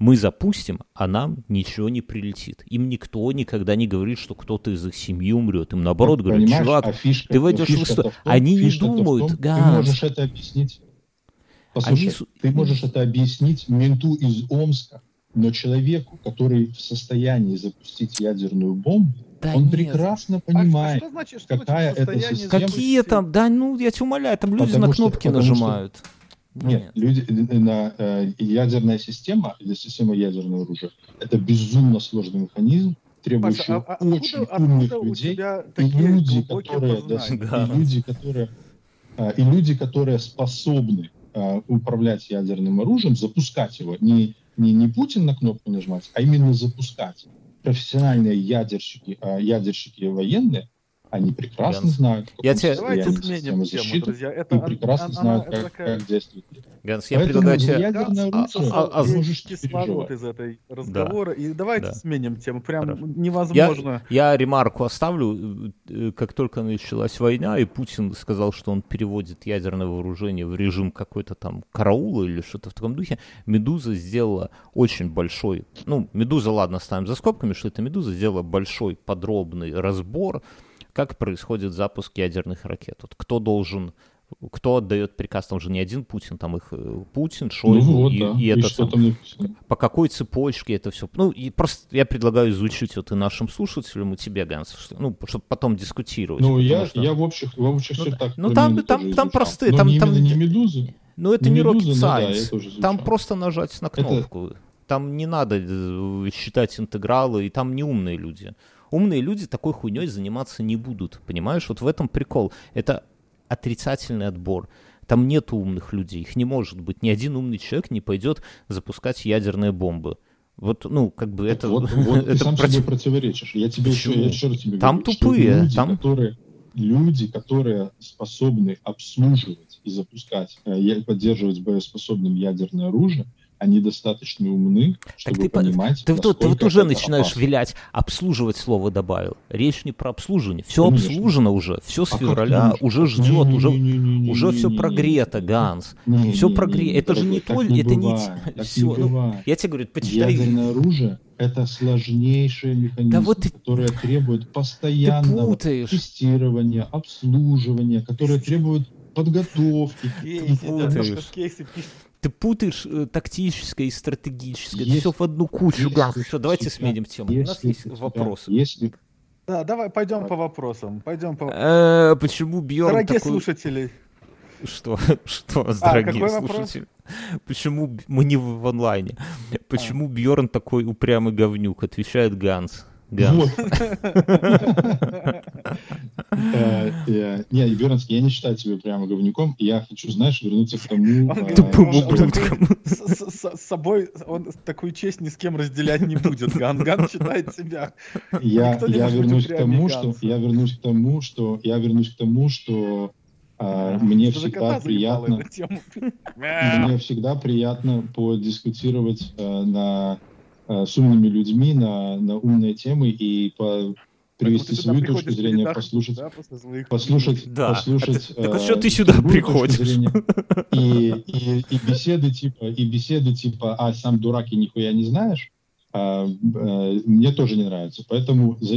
Мы запустим, а нам ничего не прилетит. Им никто никогда не говорит, что кто-то из их семьи умрет. Им наоборот говорят, чувак, ты войдешь в историю. Они не думают, Ты можешь это объяснить. Послушай, ты можешь это объяснить менту из Омска, но человеку, который в состоянии запустить ядерную бомбу, да он нет. прекрасно понимает, какая это система. Какие там, да ну я тебя умоляю, там люди на кнопки нажимают. Нет, люди, ядерная система или система ядерного оружия — это безумно сложный механизм, требующий очень умных людей, и люди, которые способны управлять ядерным оружием, запускать его, не Путин на кнопку нажимать, а именно запускать. Профессиональные ядерщики и военные, они прекрасно знают, как система защиты, и прекрасно знают, как действовать. Ганс, я предлагаю тебе... можешь кислород из этой разговора, и давайте сменим тему, прям невозможно. Я ремарку оставлю, как только началась война, и Путин сказал, что он переводит ядерное вооружение в режим какой-то там караула или что-то в таком духе, «Медуза» сделала очень большой, «Медуза», ладно, ставим за скобками, что это «Медуза», сделала большой подробный разбор, как происходит запуск ядерных ракет. Вот кто отдает приказ, там же не один Путин, там их Путин, Шойгу и это там, по какой цепочке это все. И просто я предлагаю изучить и нашим слушателям, и тебе, Ганс, чтобы потом дискутировать. Я в общих чертах. Там простые, там не «Медузы». Это не rocket science, там просто нажать на кнопку. Там не надо считать интегралы, и там не умные люди. Умные люди такой хуйней заниматься не будут, понимаешь? Вот в этом прикол. Это отрицательный отбор. Там нет умных людей, их не может быть. Ни один умный человек не пойдет запускать ядерные бомбы. Вот, это... ты сам себе противоречишь. Я еще раз тебе там говорю, тупые. Люди, которые способны обслуживать и запускать, поддерживать боеспособным ядерное оружие, они достаточно умны, чтобы понимать, ты вот уже начинаешь опасно. Вилять, обслуживать слово добавил. Речь не про обслуживание. Все обслужено уже, все с февраля уже ждет, уже все прогрето, Ганс. Все прогрето. Это же не то, это не все. Я тебе говорю, почитай. Ядерное оружие — это сложнейший механизм, который требует постоянного тестирования, обслуживания, который требует подготовки. Ты путаешь тактическое и стратегическое. Это все в одну кучу. Все, давайте сменим тему. У нас есть вопросы. Да, давай пойдем по вопросам. Почему Бьорн дорогие такой... слушатели. Что, дорогие слушатели? Почему мы не в онлайне? Почему Бьорн такой упрямый говнюк? Отвечает Ганс. Не, Бернский, я не считаю тебя прямо говнюком. Я хочу, вернуться к тому... Тупым ублюдком. С собой он такую честь ни с кем разделять не будет. Ганс считает себя. Я вернусь к тому, что мне всегда приятно подискутировать с умными людьми на умные темы и привести свою точку зрения, послушать. Так что ты сюда приходишь? И беседы типа «А, сам дурак и нихуя не знаешь», мне тоже не нравится. Поэтому за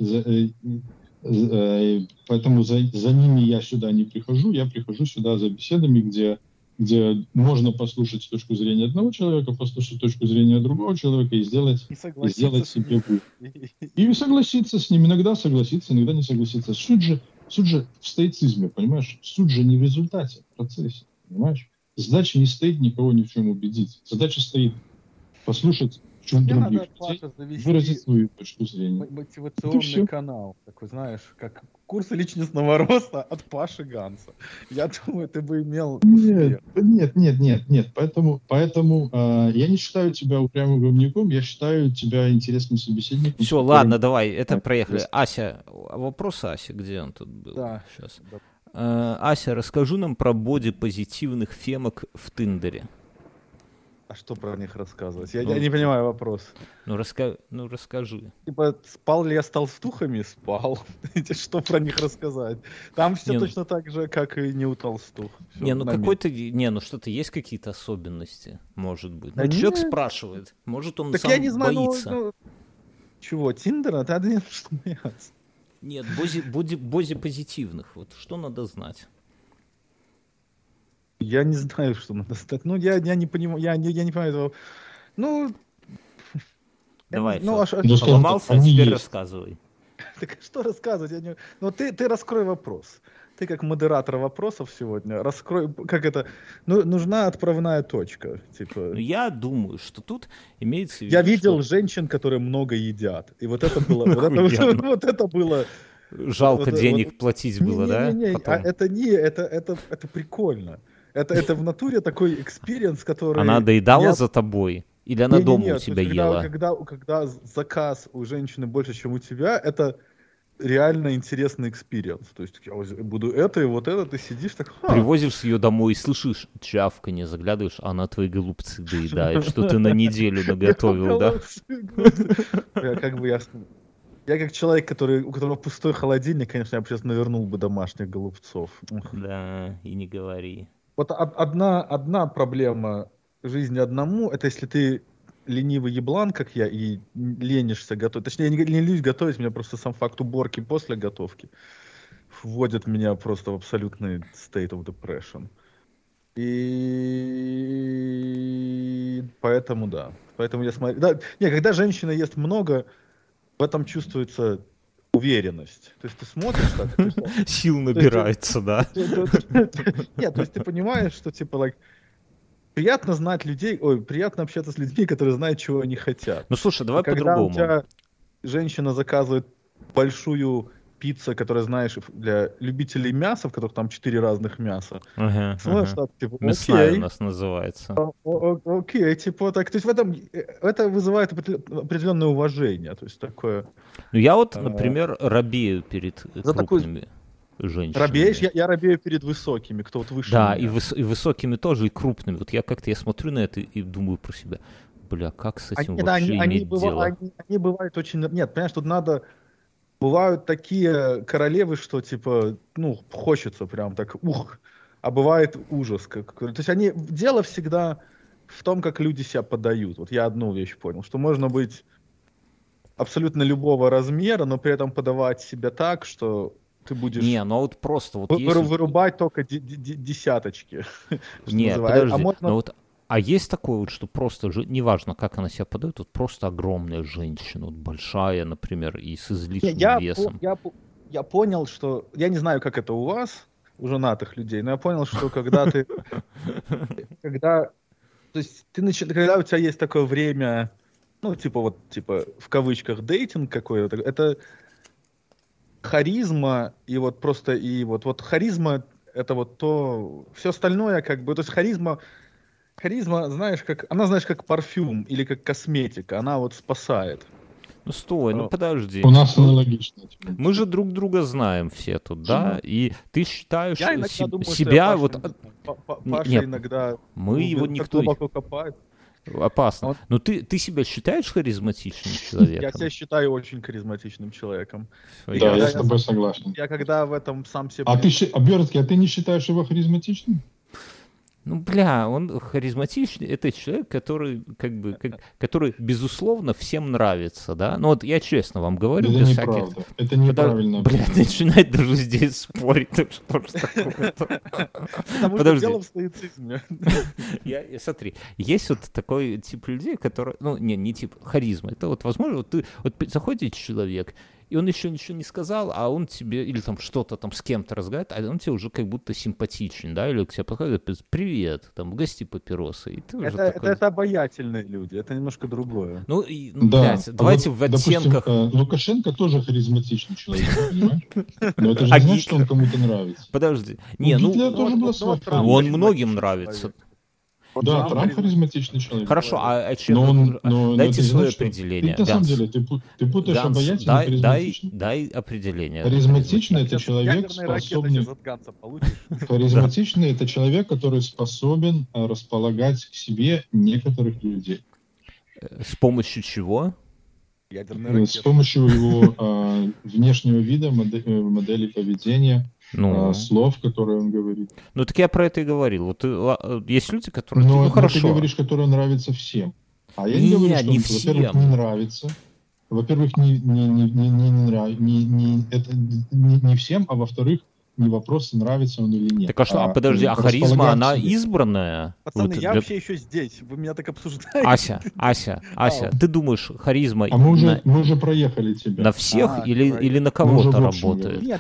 ними я сюда не прихожу, я прихожу сюда за беседами, где можно послушать точку зрения одного человека, послушать точку зрения другого человека и сделать себе вывод. И согласиться с ним. Иногда согласиться, иногда не согласиться. Суть же в стоицизме, понимаешь? Суть же не в результате, в процессе, понимаешь? Задача не стоит никого ни в чем убедить. Задача стоит послушать чуть других людей, выразить свою точку зрения. Мотивационный канал, такой, знаешь, как курсы личностного роста от Паши Ганса. Я думаю, ты бы имел успех. Нет. Поэтому я не считаю тебя упрямым говнюком, я считаю тебя интересным собеседником. Все, ладно, давай, проехали. Ася, вопрос Аси, где он тут был? Да. Сейчас. Ася, расскажи нам про бодипозитивных фемок в Тиндере. что про них рассказывать? Я не понимаю вопрос. Ну, расскажи. Типа, спал ли я с толстухами? Спал. Что про них рассказать? Там все точно так же, как и не у толстух. Ну что-то есть какие-то особенности, может быть. Да человек спрашивает, может он так сам я не знаю, боится. Чего, Тиндера? Надо не что бояться. Нет, бози-позитивных. Вот что надо знать? Я не знаю, что надо знать. Ну, я не понимаю, я не понимаю этого. Ну... Давай, сломался, а теперь рассказывай. Так что рассказывать? Ну, ты раскрой вопрос. Ты как модератор вопросов сегодня, раскрой, как это, нужна отправная точка, типа. Ну, я думаю, что тут имеется в виду, я видел женщин, которые много едят, и вот это было, вот это было. Жалко денег платить было, да? Это прикольно. Это в натуре такой экспириенс, который... Она доедала за тобой? Или она дома у тебя ела? Когда заказ у женщины больше, чем у тебя, это реально интересный экспириенс. То есть я буду это и вот это, ты сидишь так... Привозишь ее домой и слышишь чавканье, заглядываешь, а она твои голубцы доедает, что ты на неделю наготовил, да? Я как человек, у которого пустой холодильник, конечно, я бы сейчас навернул бы домашних голубцов. Да, и не говори. Вот одна проблема жизни одному, это если ты ленивый еблан, как я, и ленишься готовить. Точнее, я не ленюсь готовить, меня просто сам факт уборки после готовки вводит меня просто в абсолютный state of depression. И поэтому да. Поэтому я смотрю... Да, когда женщина ест много, в этом чувствуется уверенность. То есть ты смотришь так... Сил набирается, да? Нет, то есть ты понимаешь, что типа, приятно знать людей, приятно общаться с людьми, которые знают, чего они хотят. Ну слушай, давай по-другому. Когда у тебя женщина заказывает большую пиццу, которая, знаешь, для любителей мяса, в которых там 4 разных мяса. Смотришь, типа, мясная у нас называется. Окей, типа так. То есть это вызывает определенное уважение. То есть такое... Ну я вот, например, робею перед крупными женщинами. Робеешь? Я робею перед высокими, кто вот выше да, меня. И высокими тоже, и крупными. Вот я смотрю на это и думаю про себя. Бля, как с этим вообще иметь дело? Они бывают очень... Нет, понимаешь, тут надо... Бывают такие королевы, что типа, хочется прям так, а бывает ужас. То есть дело всегда в том, как люди себя подают. Вот я одну вещь понял, что можно быть абсолютно любого размера, но при этом подавать себя так, что ты будешь... вот просто... вырубать только десяточки. Нет, подожди, А есть такое вот, что просто, неважно, как она себя подает, вот просто огромная женщина, вот большая, например, и с излишним весом. Я понял, что... Я не знаю, как это у вас, у женатых людей, но я понял, что когда ты... Когда у тебя есть такое время, в кавычках, дейтинг какой-то, это харизма, и вот просто, харизма, это вот то... Все остальное, то есть харизма, знаешь, как парфюм или как косметика, она вот спасает. Ну стой, подожди. У нас аналогично. Мы же друг друга знаем все тут, да? И ты считаешь думаю, себя Паша иногда мы его никто... глубоко копает. Опасно. Но ты себя считаешь харизматичным человеком? Я себя считаю очень харизматичным человеком. Да, я с тобой согласен. Я когда в этом сам себе... Бёрдки, ты не считаешь его харизматичным? Ну, он харизматичный, это человек, который, который, безусловно, всем нравится, да? Ну, вот я честно вам говорю, это неправда. Это неправильно. Начинает даже здесь спорить, что ж такое-то. Потому что дело в стоицизме. Смотри, есть вот такой тип людей, который, не тип, харизма. Это вот, возможно, ты заходит человек, и он еще ничего не сказал, а он тебе, или там что-то там с кем-то разговаривает, а он тебе уже как будто симпатичен, да, или к тебе подходит, говорит, привет, там, угости папиросы. И ты уже это обаятельные люди, это немножко другое. Давайте в оттенках... Допустим, Лукашенко тоже харизматичный человек, понимаешь? Но это же не значит, что он кому-то нравится. Подожди. Гитлер тоже был свой. Он многим нравится. Вот Да, Трамп харизматичный человек. Хорошо, Но дайте это свое значит, что определение. Ты, на самом Ганс, деле, ты путаешь Ганс, обаятельный и харизматичный. дай определение. Харизматичный это Сейчас человек, ядерные ракеты способный... сейчас от Ганса получишь. Харизматичный это человек, который способен располагать к себе некоторых людей. С помощью чего? Ядерные ракеты. С помощью его внешнего вида, модели поведения, слов, которые он говорит. Ну так я про это и говорил. Вот есть люди, которые... Но хорошо. ты говоришь, которые нравятся всем. А я не говорю, что он, во-первых, не нравится. Во-первых, не всем, а во-вторых, не вопрос, нравится он или нет. Так а что, подожди, а харизма, она избранная? Пацаны, я вообще еще здесь, вы меня так обсуждаете. Ася, ты думаешь, харизма... А мы уже проехали тебя. На всех или на кого-то работает? Нет,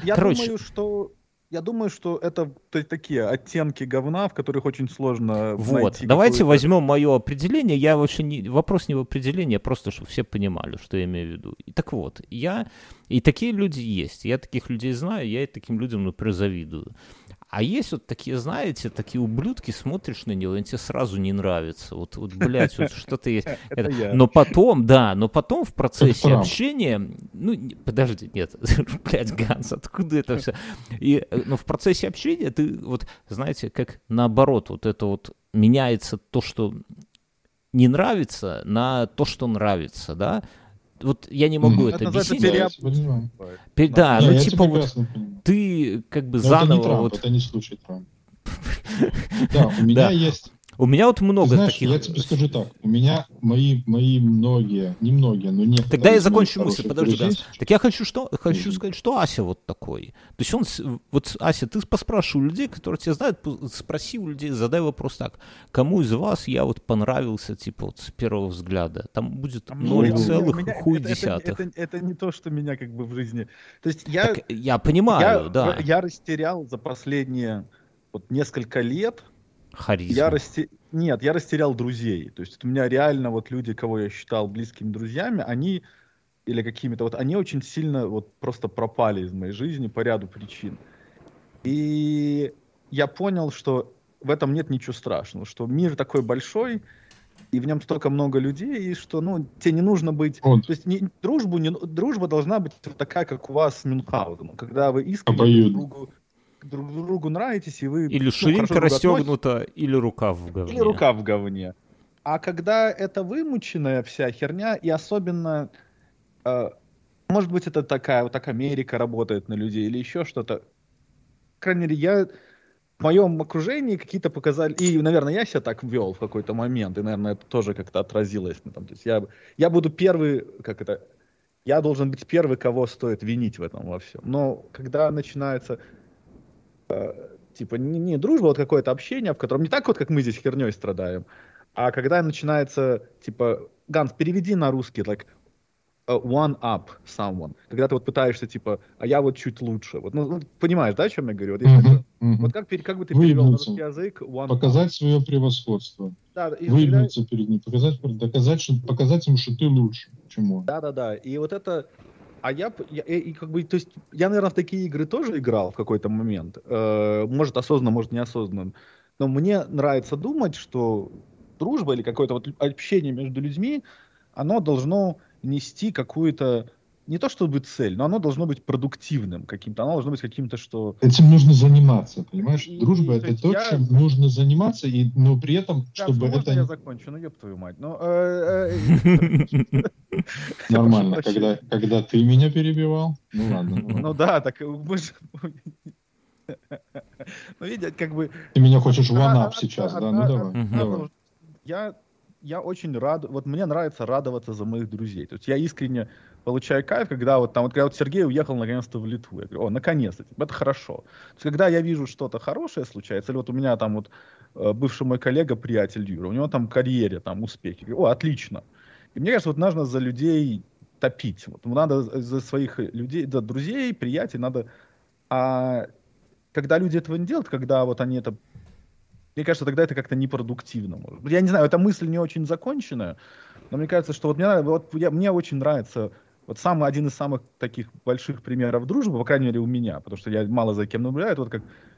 я думаю, что это такие оттенки говна, в которых очень сложно найти. Давайте возьмем мое определение. Я вообще вопрос не в определении, а просто, чтобы все понимали, что я имею в виду. И так вот, и такие люди есть. Я таких людей знаю, я и таким людям, например, завидую. А есть вот такие, знаете, такие ублюдки, смотришь на него, они тебе сразу не нравятся. Вот блядь, вот что-то есть. Но потом в процессе общения, подожди, нет, блядь, Ганс, откуда это все? Но в процессе общения ты вот, знаете, как наоборот, вот это вот меняется то, что не нравится, на то, что нравится, да? Вот я не могу это объяснить. Да, типа вот ты как бы заново... Это не случай Трампа. Да, у меня есть... У меня вот много таких... Я тебе скажу так, у меня мои многие, не многие, но некоторые... Тогда я закончу мысль, подожди, Ганс. Так я хочу сказать, что Ася вот такой. То есть вот, Ася, ты поспрашивай у людей, которые тебя знают, спроси у людей, задай вопрос так. Кому из вас я вот понравился, типа, вот с первого взгляда? Там будет 0,1. Это не то, что меня как бы в жизни... То есть я понимаю, да. Я растерял за последние вот несколько лет... Харизма. Нет, я растерял друзей. То есть у меня реально вот люди, кого я считал близкими друзьями, они или какими-то вот, они очень сильно вот просто пропали из моей жизни по ряду причин. И я понял, что в этом нет ничего страшного, что мир такой большой, и в нем столько много людей, и что, тебе не нужно быть... То есть дружба должна быть такая, как у вас с Мюнхгаузеном, когда вы искренне друг другу нравитесь, и вы... Или ширинка расстегнута, или рука в говне. Или рука в говне. А когда это вымученная вся херня, и особенно, может быть, это такая, вот так Америка работает на людей, или еще что-то. По крайней мере, я в моем окружении какие-то показали... И, наверное, я себя так вел в какой-то момент, и, наверное, это тоже как-то отразилось. То есть я буду первый, я должен быть первый, кого стоит винить в этом во всем. Но когда начинается... типа не дружба, вот какое-то общение, в котором не так вот, как мы здесь херней страдаем, а когда начинается, типа, Ганс, переведи на русский, like, one up someone, когда ты вот пытаешься, типа, а я вот чуть лучше, вот, понимаешь, да, о чем я говорю? Вот как бы ты перевел на русский язык one показать свое превосходство, выгнуться перед ним, показать ему, что ты лучше, чем он. Да, и вот это... А то есть, я, наверное, в такие игры тоже играл в какой-то момент. Может, осознанно, может, неосознанно. Но мне нравится думать, что дружба или какое-то вот общение между людьми, оно должно нести какую-то, не то чтобы цель, но оно должно быть продуктивным каким-то. Оно должно быть каким-то, что... Этим нужно заниматься, понимаешь? Дружба — это то, чем нужно заниматься, но при этом, чтобы это... я закончу? Ёб твою мать. Нормально, когда ты меня перебивал. Ну ладно. Да, так мы же... видят, как бы... Ты меня хочешь one-up сейчас, да? Давай. Я очень рад... Вот мне нравится радоваться за моих друзей. То есть я искренне получаю кайф, когда когда Сергей уехал наконец-то в Литву. Я говорю, наконец-то, это хорошо. То есть когда я вижу что-то хорошее случается, или вот у меня там вот бывший мой коллега, приятель Юра, у него там в карьере там успехи. Я говорю, отлично. И мне кажется, вот нужно за людей топить. Вот надо за своих людей, за друзей, приятелей надо... А когда люди этого не делают, когда вот они это... Мне кажется, тогда это как-то непродуктивно. Я не знаю, эта мысль не очень законченная, но мне кажется, что мне очень нравится вот один из самых таких больших примеров дружбы, по крайней мере у меня, потому что я мало за кем наблюдаю, вот как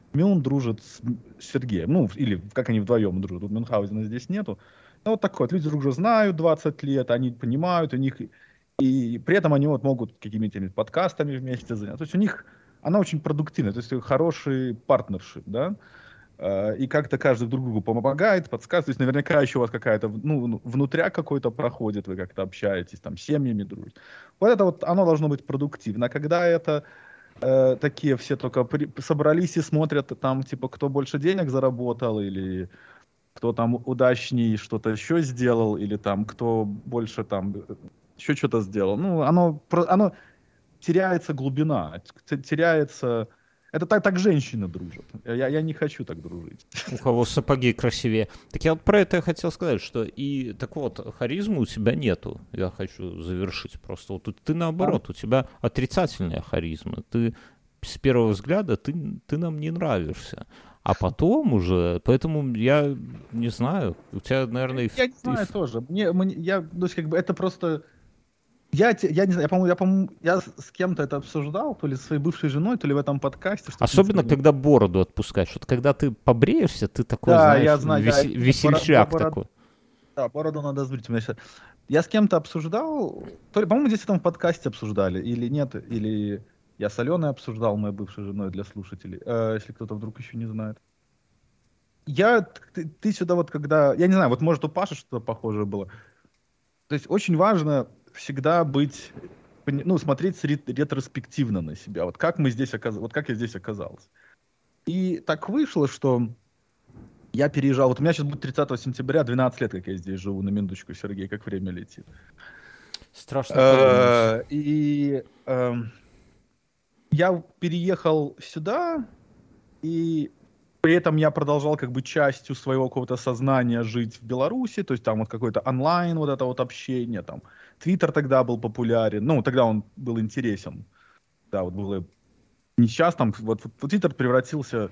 Мюн дружит с Сергеем. Ну, или как они вдвоем дружат. Тут Мюнхгаузена здесь нету. Ну, вот такое. Вот люди друг друга знают 20 лет, они понимают, у них... И при этом они вот могут какими-то подкастами вместе заняться. То есть у них... Она очень продуктивная. То есть хороший партнершип, да? И как-то каждый друг другу помогает, подсказывает. То есть наверняка еще у вас какая-то, ну, внутряк какой-то проходит, вы как-то общаетесь, там, семьями дружите. Вот это вот, оно должно быть продуктивно. А когда это такие все только собрались и смотрят, там, типа, кто больше денег заработал, или кто там удачнее что-то еще сделал, или там, кто больше там еще что-то сделал. Ну, оно теряется глубина, теряется... Это так женщины дружат. Я не хочу так дружить. У кого сапоги красивее. Так я вот про это хотел сказать, что и так вот, харизмы у тебя нету. Я хочу завершить просто. Вот ты наоборот, у тебя отрицательная харизма. Ты с первого взгляда ты нам не нравишься. А потом уже, поэтому я не знаю, у тебя, наверное... Я не знаю тоже. То есть, как бы, это просто... Я не знаю, по-моему, я с кем-то это обсуждал, то ли с своей бывшей женой, то ли в этом подкасте. Что особенно, когда бороду отпускаешь. Вот когда ты побреешься, ты такой, да, знаешь, я знаю, весельчак такой. Да, бороду надо сбрить. Я с кем-то обсуждал, то ли, по-моему, здесь в этом подкасте обсуждали, или нет, или я с Аленой обсуждал, моей бывшей женой, для слушателей, если кто-то вдруг еще не знает. Ты сюда вот когда, я не знаю, вот может у Паши что-то похожее было. То есть очень важно всегда быть, ну, смотреть ретроспективно на себя. Вот как мы здесь вот как я здесь оказался. И так вышло, что я переезжал, вот у меня сейчас будет 30 сентября, 12 лет, как я здесь живу, на минуточку, Сергей, как время летит. Страшно. И я переехал сюда, и при этом я продолжал как бы частью своего какого-то сознания жить в Беларуси, то есть там вот какой-то онлайн вот это вот общение, там Твиттер тогда был популярен, ну тогда он был интересен, да, вот было не сейчас там, вот Твиттер превратился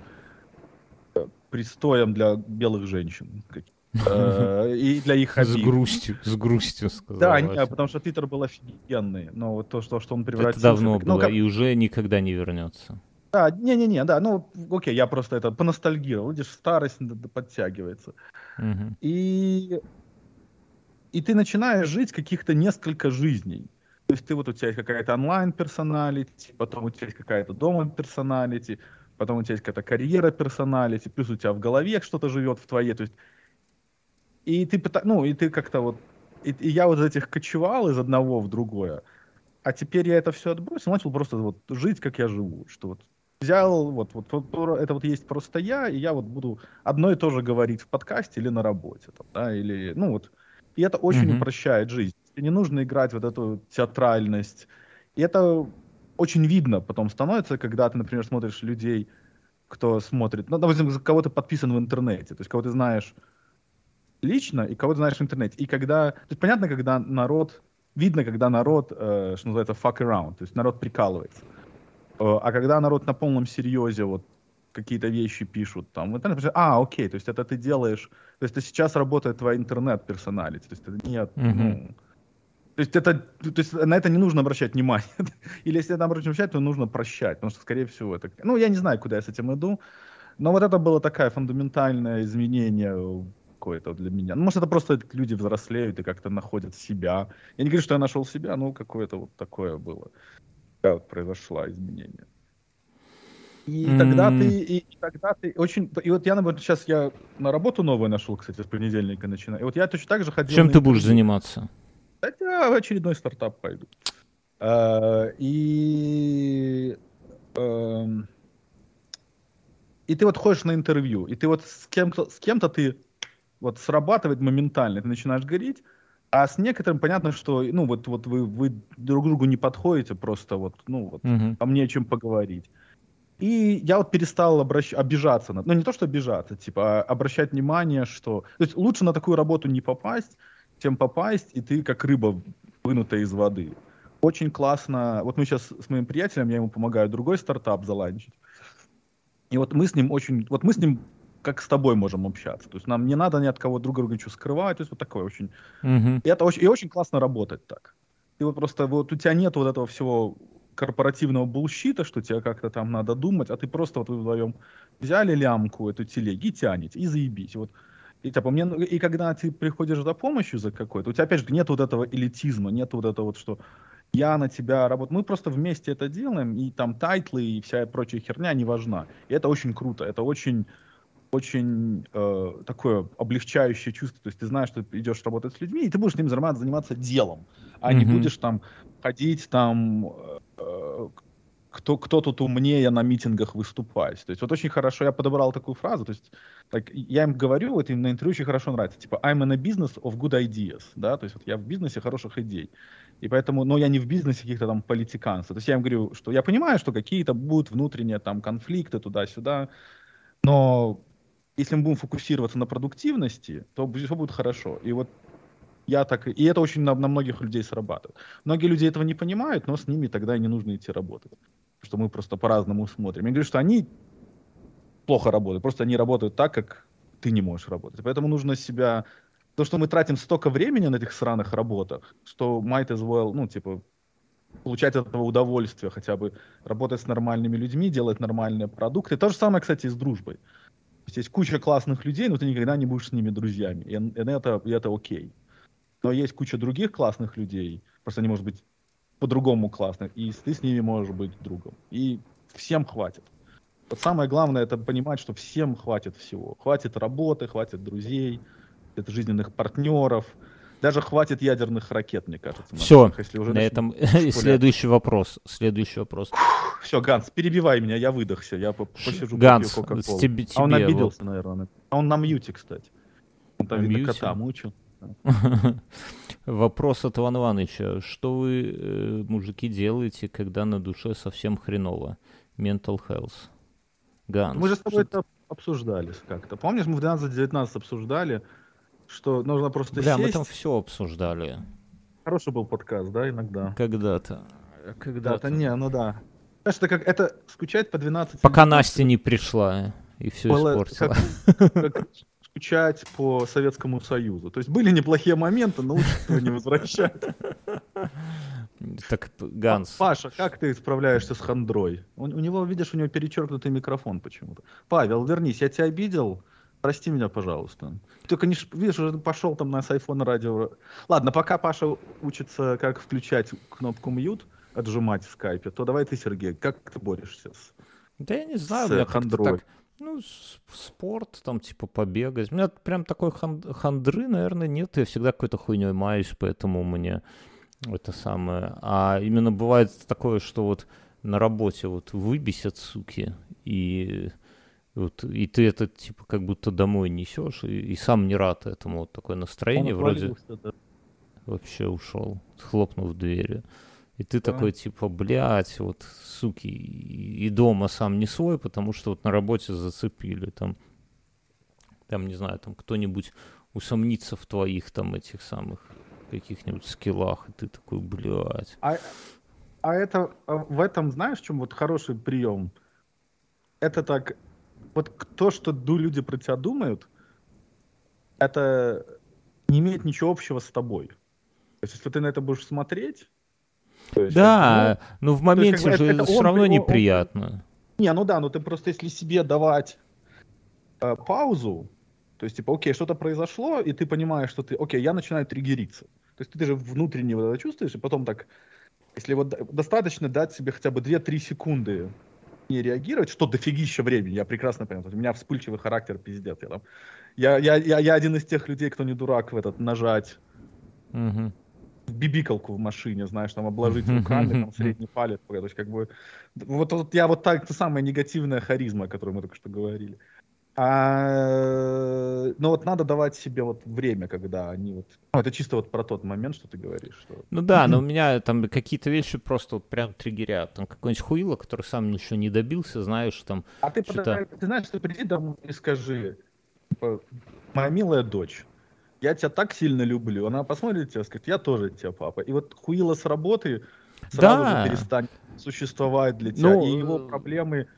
пристоем для белых женщин и для их обид. С грустью сказал. Да, нет, потому что Твиттер был офигенный, но вот то, что он превратился... Это давно было и уже никогда не вернется. Да, не-не-не, да, ну, окей, я просто это поностальгировал, видишь, старость подтягивается. Угу. И ты начинаешь жить каких-то несколько жизней. То есть у тебя есть какая-то онлайн-персоналити, потом у тебя есть какая-то дома-персоналити, потом у тебя есть какая-то карьера-персоналити, плюс у тебя в голове что-то живет в твоей, то есть... И ты как-то вот... И я вот из этих кочевал из одного в другое, а теперь я это все отбросил, начал просто вот жить, как я живу, что вот взял, вот это вот есть просто я, и я вот буду одно и то же говорить в подкасте или на работе, там, да, или, ну вот, и это очень упрощает жизнь. Не нужно играть вот эту театральность, и это очень видно потом становится, когда ты, например, смотришь людей, кто смотрит, ну, допустим, кого ты подписан в интернете, то есть кого ты знаешь лично и кого ты знаешь в интернете, и когда, то есть понятно, когда народ, видно, когда народ, что называется, fuck around, то есть народ прикалывается. А когда народ на полном серьезе вот какие-то вещи пишут, там, в интернете, окей, то есть это ты делаешь, то есть это сейчас работает твоя интернет-персоналити, то есть это нет, ну, то есть на это не нужно обращать внимание. Или если это обращать, то нужно прощать, потому что, скорее всего, это, ну, я не знаю, куда я с этим иду, но вот это было такое фундаментальное изменение какое-то для меня. Ну, может, это просто люди взрослеют и как-то находят себя. Я не говорю, что я нашел себя, но какое-то вот такое было. Вот произошло изменение. И тогда ты очень... И вот я, например, сейчас я на работу новую нашел, кстати, с понедельника начинаю. И вот я точно так же ходил... Чем ты будешь заниматься? Я в очередной стартап пойду. И ты вот ходишь на интервью, и ты вот с кем-то ты вот срабатывает моментально, ты начинаешь гореть, а с некоторым понятно, что, ну, вот вы друг другу не подходите, просто вот, ну, вот, вам не о чем поговорить. И я вот перестал обижаться, ну, не то, что обижаться, типа, а обращать внимание, что... То есть лучше на такую работу не попасть, чем попасть, и ты как рыба, вынутая из воды. Очень классно. Вот мы сейчас с моим приятелем, я ему помогаю другой стартап заланчить. И вот мы с ним как с тобой можем общаться. То есть нам не надо ни от кого друг друга ничего скрывать. То есть вот такое очень... И это очень классно работать так. И вот просто вот у тебя нет вот этого всего корпоративного булщита, что тебе как-то там надо думать, а ты просто вот вы вдвоем взяли лямку эту телеги и тянете, и заебись. Вот. И, типа, и когда ты приходишь за помощью за какой-то, у тебя опять же нет вот этого элитизма, нет вот этого вот, что я на тебя работаю. Мы просто вместе это делаем, и там тайтлы и вся прочая херня не важна. И это очень круто, это очень такое облегчающее чувство. То есть ты знаешь, что ты идешь работать с людьми, и ты будешь с ним заниматься делом, а не будешь там ходить там, кто тут умнее на митингах выступать. То есть вот очень хорошо я подобрал такую фразу, то есть я им говорю, вот им на интервью очень хорошо нравится, типа I'm in a business of good ideas, да, то есть вот я в бизнесе хороших идей. И поэтому, но я не в бизнесе каких-то там политиканцев. То есть я им говорю, что я понимаю, что какие-то будут внутренние там конфликты туда-сюда, но если мы будем фокусироваться на продуктивности, то все будет хорошо. И вот я так, и это очень на многих людей срабатывает. Многие люди этого не понимают, но с ними тогда и не нужно идти работать. Потому что мы просто по-разному смотрим. Я говорю, что они плохо работают, просто они работают так, как ты не можешь работать. Поэтому нужно себя... То, что мы тратим столько времени на этих сраных работах, что might as well, ну, типа, получать от этого удовольствие хотя бы, работать с нормальными людьми, делать нормальные продукты. То же самое, кстати, и с дружбой. Есть куча классных людей, но ты никогда не будешь с ними друзьями. И это окей. Но есть куча других классных людей, просто они, может быть, по-другому классные, и ты с ними можешь быть другом. И всем хватит. Вот самое главное, это понимать, что всем хватит всего. Хватит работы, хватит друзей, хватит жизненных партнеров. Даже хватит ядерных ракет, мне кажется. Все, на этом следующий вопрос. Все, Ганс, перебивай меня, я выдохся. Я посижу, Ганс, попью Кока-Колу. тебе он обиделся, вот. наверное. А он на мьюте, кстати. Он там, видно, кота мучил. Вопрос от Ивана Ивановича. Что вы, мужики, делаете, когда на душе совсем хреново? Mental health. Ганс. Мы же с тобой это обсуждали как-то. Помнишь, мы в 12-19 обсуждали, что нужно просто сесть. Мы там все обсуждали. Хороший был подкаст, да, иногда? Когда-то. Не, ну да. Знаешь, это скучать по 12... Пока Настя не пришла и все испортила. Как скучать по Советскому Союзу. То есть были неплохие моменты, но лучше этого не возвращать. Так, Ганс. Паша, как ты справляешься с хандрой? У него, видишь, у него перечеркнутый микрофон почему-то. Павел, вернись, я тебя обидел. Прости меня, пожалуйста. Только, видишь, уже пошел там с iPhone радио. Ладно, пока Паша учится, как включать кнопку mute, отжимать в скайпе, то давай ты, Сергей, как ты борешься Да я не знаю, с хандрой? Спорт, там, типа, побегать. У меня прям такой хандры, наверное, нет. Я всегда какой-то хуйней маюсь, поэтому мне это самое. А именно бывает такое, что вот на работе вот выбесят, суки, и ты это, типа, как будто домой несешь, и сам не рад этому. Вот такое настроение вроде вообще ушел, хлопнув дверью. И ты такой, типа, блядь, вот, суки, и дома сам не свой, потому что вот на работе зацепили, там, не знаю, там кто-нибудь усомнится в твоих там этих самых каких-нибудь скиллах, и ты такой, блядь. А это, в этом, знаешь, в чем вот хороший прием? Это так, вот то, что люди про тебя думают, это не имеет ничего общего с тобой. То есть, если ты на это будешь смотреть, есть, да, но в моменте есть, же все равно неприятно. Но ты просто, если себе давать паузу, то есть, типа, окей, что-то произошло, и ты понимаешь, что я начинаю триггериться. То есть ты же внутренне вот это чувствуешь, и потом так, если вот достаточно дать себе хотя бы 2-3 секунды не реагировать, что дофигища времени, я прекрасно понимаю, у меня вспыльчивый характер, пиздец. Я один из тех людей, кто не дурак в этот нажать в бибикалку в машине, знаешь, там обложить руками, там средний палец, то есть как бы вот я вот так, это самая негативная харизма, о которой мы только что говорили. Но вот надо давать себе вот время, когда они вот... это чисто вот про тот момент, что ты говоришь. Что... Ну да, но у меня там какие-то вещи просто вот прям триггерят. Там какой-нибудь хуило, который сам еще не добился, знаешь, там... А ты знаешь, ты приди домой и скажи, типа, моя милая дочь, я тебя так сильно люблю. Она посмотрит тебя и скажет, я тоже тебя, папа. И вот хуило с работы сразу же перестанет существовать для тебя. И его проблемы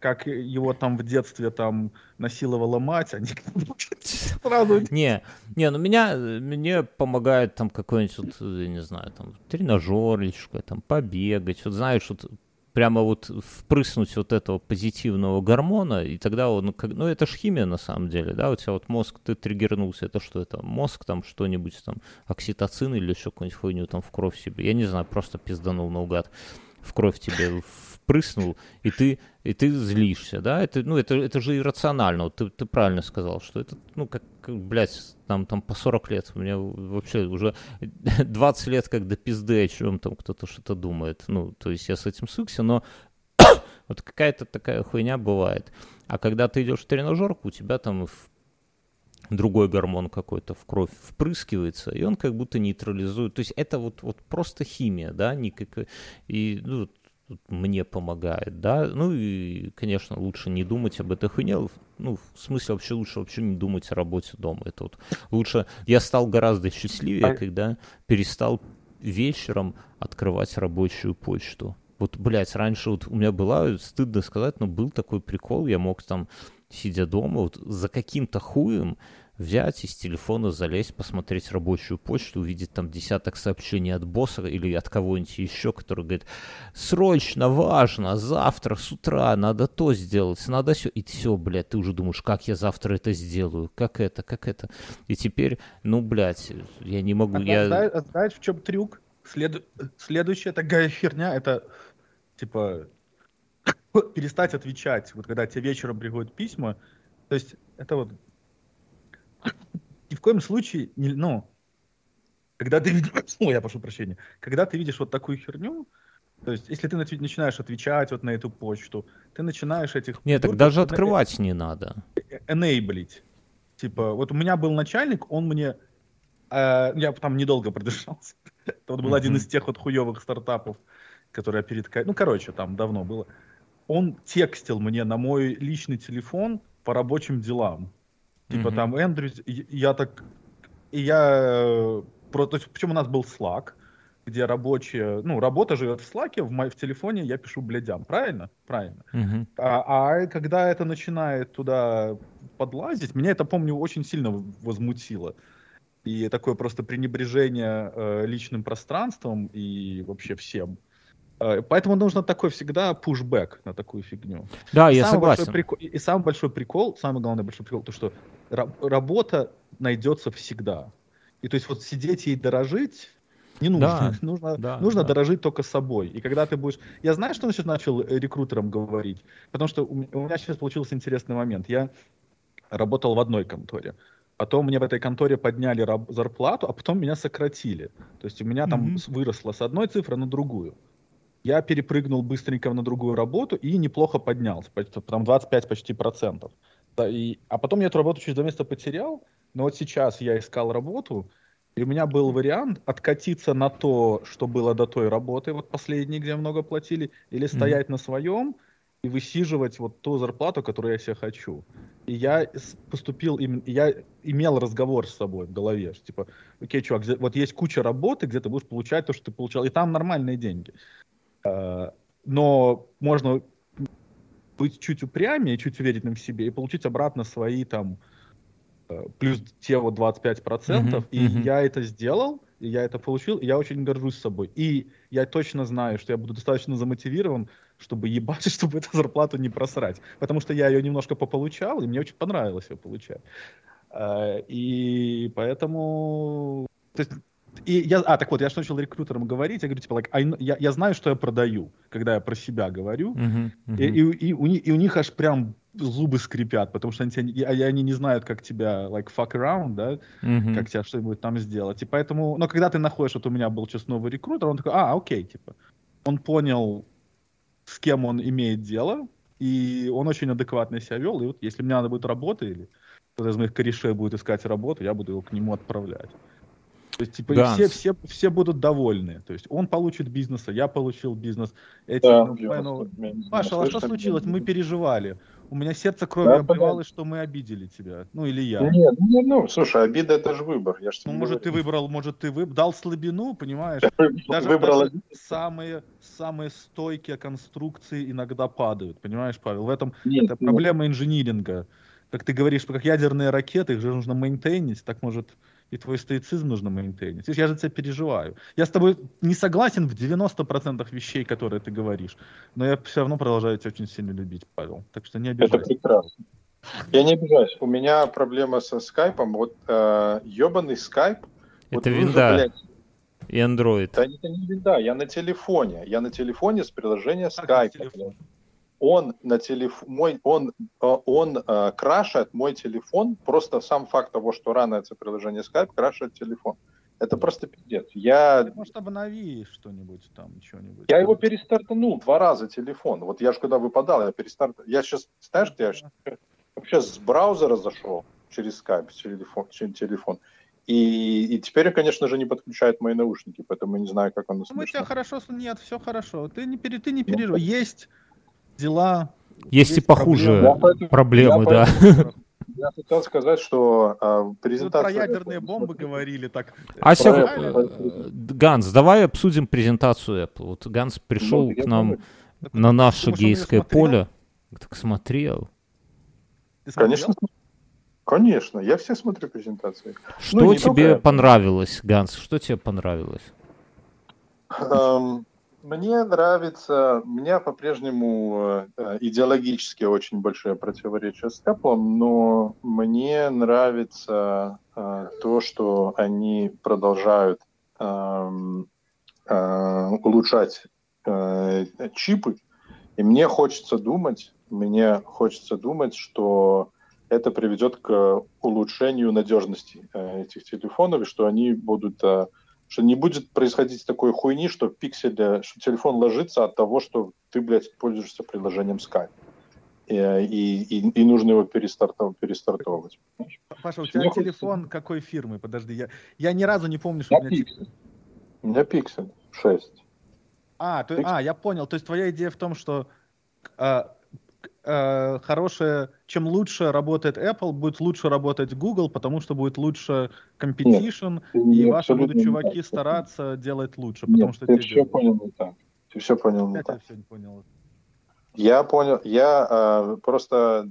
как его там в детстве там насиловала мать, они сразу... Не, ну мне помогает там какой-нибудь, вот, я не знаю, там тренажер или что-то, там побегать, вот знаешь, вот прямо вот впрыснуть вот этого позитивного гормона, и тогда он, ну это ж химия на самом деле, да, у тебя вот мозг, ты триггернулся, это что это, мозг там что-нибудь там, окситоцин или еще какую-нибудь хуйню там в кровь себе, я не знаю, просто пизданул наугад, в кровь тебе впрыснул, и ты злишься, да, это же иррационально, вот ты правильно сказал, что это, ну, как блядь, там по 40 лет, у меня вообще уже 20 лет как до пизды, о чем там кто-то что-то думает, ну, то есть я с этим свыкся, но вот какая-то такая хуйня бывает, а когда ты идешь в тренажерку, у тебя там другой гормон какой-то в кровь впрыскивается, и он как будто нейтрализует. То есть это вот просто химия, да, и ну, мне помогает, да. Ну и, конечно, лучше не думать об этой хуйне. Ну, в смысле, лучше вообще не думать о работе дома. Это вот лучше. Я стал гораздо счастливее, когда перестал вечером открывать рабочую почту. Вот, блядь, раньше вот у меня была, стыдно сказать, но был такой прикол, я мог там, сидя дома, вот за каким-то хуем взять из телефона, залезть, посмотреть рабочую почту, увидеть там десяток сообщений от босса или от кого-нибудь еще, который говорит, срочно, важно, завтра с утра надо то сделать, надо все. И все, блядь, ты уже думаешь, как я завтра это сделаю, как это. И теперь, ну, блядь, я не могу. Знаешь, в чем трюк? Следующая такая херня, это, типа, перестать отвечать. Вот когда тебе вечером приходят письма, то есть это вот ни в коем случае, ну, когда ты видишь, я прошу прощения, когда ты видишь вот такую херню, то есть если ты начинаешь отвечать вот на эту почту, ты начинаешь этих... Нет, так даже открывать не надо. Enable'ить. Типа, вот у меня был начальник, он мне... я там недолго продержался. Это вот был один из тех вот хуевых стартапов, которые перед... Ну, короче, там давно было. Он текстил мне на мой личный телефон по рабочим делам. Типа там, Эндрю, я так... И я... Причем у нас был Slack, где рабочие... Ну, работа живет в Slack, в телефоне я пишу блядям. Правильно? Правильно. А когда это начинает туда подлазить, меня это, помню, очень сильно возмутило. И такое просто пренебрежение личным пространством и вообще всем. Поэтому нужно такой всегда пушбэк на такую фигню. Да, я согласен. И самый большой прикол, самый главный большой прикол, то что работа найдется всегда. И то есть вот сидеть и дорожить не нужно. Нужно дорожить только собой. И когда ты будешь... Я знаю, что я начал рекрутерам говорить, потому что у меня сейчас получился интересный момент. Я работал в одной конторе. Потом мне в этой конторе подняли зарплату, а потом меня сократили. То есть у меня там выросло с одной цифры на другую. Я перепрыгнул быстренько на другую работу и неплохо поднялся, там 25 почти процентов. А потом я эту работу через 2 месяца потерял, но вот сейчас я искал работу, и у меня был вариант откатиться на то, что было до той работы, вот последней, где много платили, или стоять на своем и высиживать вот ту зарплату, которую я себе хочу. И я поступил, я имел разговор с собой в голове, что типа, окей, чувак, вот есть куча работы, где ты будешь получать то, что ты получал, и там нормальные деньги. Но можно быть чуть упрямее, чуть уверенным в себе и получить обратно свои там плюс те вот 25%. И я это сделал, и я это получил, и я очень горжусь собой. И я точно знаю, что я буду достаточно замотивирован, чтобы ебать, чтобы эту зарплату не просрать. Потому что я ее немножко пополучал, и мне очень понравилось ее получать. И поэтому... То есть, так вот, я начал рекрутерам говорить, я говорю, типа, я знаю, что я продаю, когда я про себя говорю, и у них аж прям зубы скрипят, потому что они не знают, как тебя, fuck around, да, как тебя что-нибудь там сделать, и поэтому, но когда ты находишь, вот у меня был сейчас новый рекрутер, он такой, окей, типа, он понял, с кем он имеет дело, и он очень адекватно себя вел, и вот если мне надо будет работа, или кто-то из моих корешей будет искать работу, я буду его к нему отправлять. То есть, типа, и все будут довольны. То есть он получит бизнес, а я получил бизнес. Паша, а что случилось? Мы переживали. У меня сердце кровью обливалось, что мы обидели тебя. Ну, или я. Нет, слушай, обида — это же выбор. Я ж тебе может, ты дал слабину, понимаешь? Даже самые стойкие конструкции иногда падают, понимаешь, Павел? В этом это проблема инжиниринга. Как ты говоришь, как ядерные ракеты, их же нужно мейнтейнить, так может и твой стоицизм нужно мейнтейнить. Я за тебя переживаю. Я с тобой не согласен в 90% вещей, которые ты говоришь, но я все равно продолжаю тебя очень сильно любить, Павел. Так что не обижайся. Это прекрасно. Я не обижаюсь. У меня проблема со скайпом. Вот ебаный скайп. Это винда. Блядь, и Android. Да это не винда, я на телефоне. Я на телефоне с приложения Skype. Он крашит мой телефон. Просто сам факт того, что рано это приложение Skype, крашит телефон. Это просто пиздец. Ты, может, обнови что-нибудь там, что-нибудь. Я его перестартанул 2 раза телефон. Вот я же когда выпадал, я перестартанул. Я сейчас, знаешь, я вообще с браузера зашел через Skype, через телефон. И теперь, конечно же, не подключает мои наушники, поэтому я не знаю, как он... Мы тебя хорошо... Нет, все хорошо. Ты не переживай. Есть дела... Есть и похуже проблемы, да. Я хотел сказать, что презентация... Про ядерные бомбы говорили так. Ганс, давай обсудим презентацию Apple. Вот Ганс пришел к нам на наше гейское поле. Так смотрел. Конечно, я все смотрю презентации. Что тебе понравилось, Ганс? Что тебе понравилось? Мне нравится, у меня по-прежнему идеологически очень большое противоречие с Apple, но мне нравится то, что они продолжают улучшать чипы, и мне хочется думать, что это приведет к улучшению надежности этих телефонов, и что они будут... что не будет происходить такой хуйни, что что телефон ложится от того, что ты, блядь, пользуешься приложением Skype. И нужно его перестартовывать. Паша, у тебя телефон какой фирмы? Подожди, я ни разу не помню, что у меня... У меня Pixel 6. Я понял. То есть твоя идея в том, что чем лучше работает Apple, будет лучше работать Google, потому что будет лучше competition, и ваши будут чуваки стараться делать лучше. Потому что ты все понял не так. Ты все понял не так. Я все не понял. Я понял. Я просто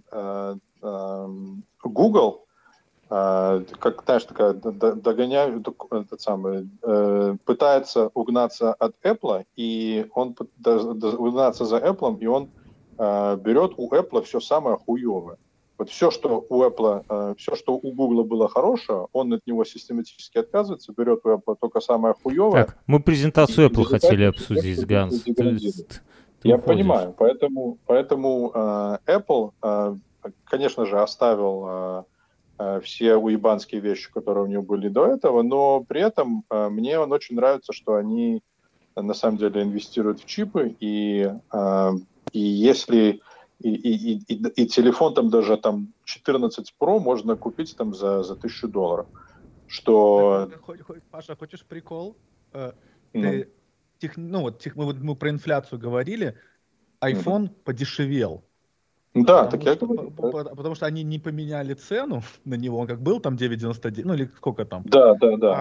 Google, как, знаешь, такая догоняет, пытается угнаться от Apple, и он угнаться за Apple, и он берет у Apple все самое хуевое. Вот все, что у Apple, все, что у Google было хорошее, он от него систематически отказывается, берет у Apple только самое хуевое. Так, мы презентацию Apple хотели обсудить, Ганс. Я понимаю, поэтому Apple, конечно же, оставил все уебанские вещи, которые у него были до этого, но при этом мне очень нравится, что они на самом деле инвестируют в чипы, и если и телефон там даже там 14 Pro можно купить там за $1000. Что... Паша, хочешь прикол? Мы про инфляцию говорили, iPhone подешевел. Да, так я говорю. Потому что они не поменяли цену на него, он как был там 9,99, ну или сколько там. Да.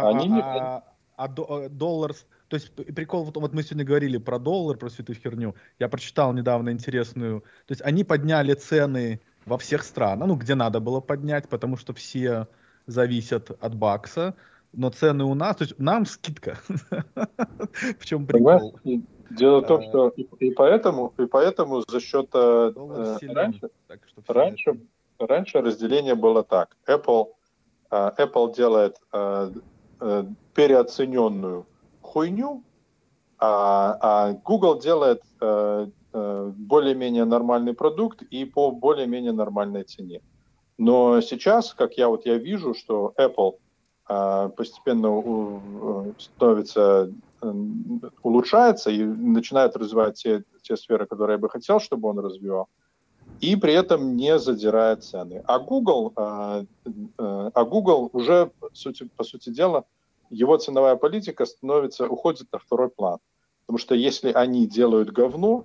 Доллар... То есть прикол, вот мы сегодня говорили про доллар, про всю эту херню. Я прочитал недавно интересную... То есть они подняли цены во всех странах, где надо было поднять, потому что все зависят от бакса. Но цены у нас... То есть нам скидка. В чем прикол? Дело в том, что и поэтому за счет... Раньше разделение было так. Apple делает переоцененную хуйню, а Google делает более-менее нормальный продукт и по более-менее нормальной цене. Но сейчас, как я вижу, что Apple постепенно улучшается и начинает развивать те сферы, которые я бы хотел, чтобы он развивал, и при этом не задирает цены. А Google уже, по сути дела, его ценовая политика уходит на второй план. Потому что если они делают говно,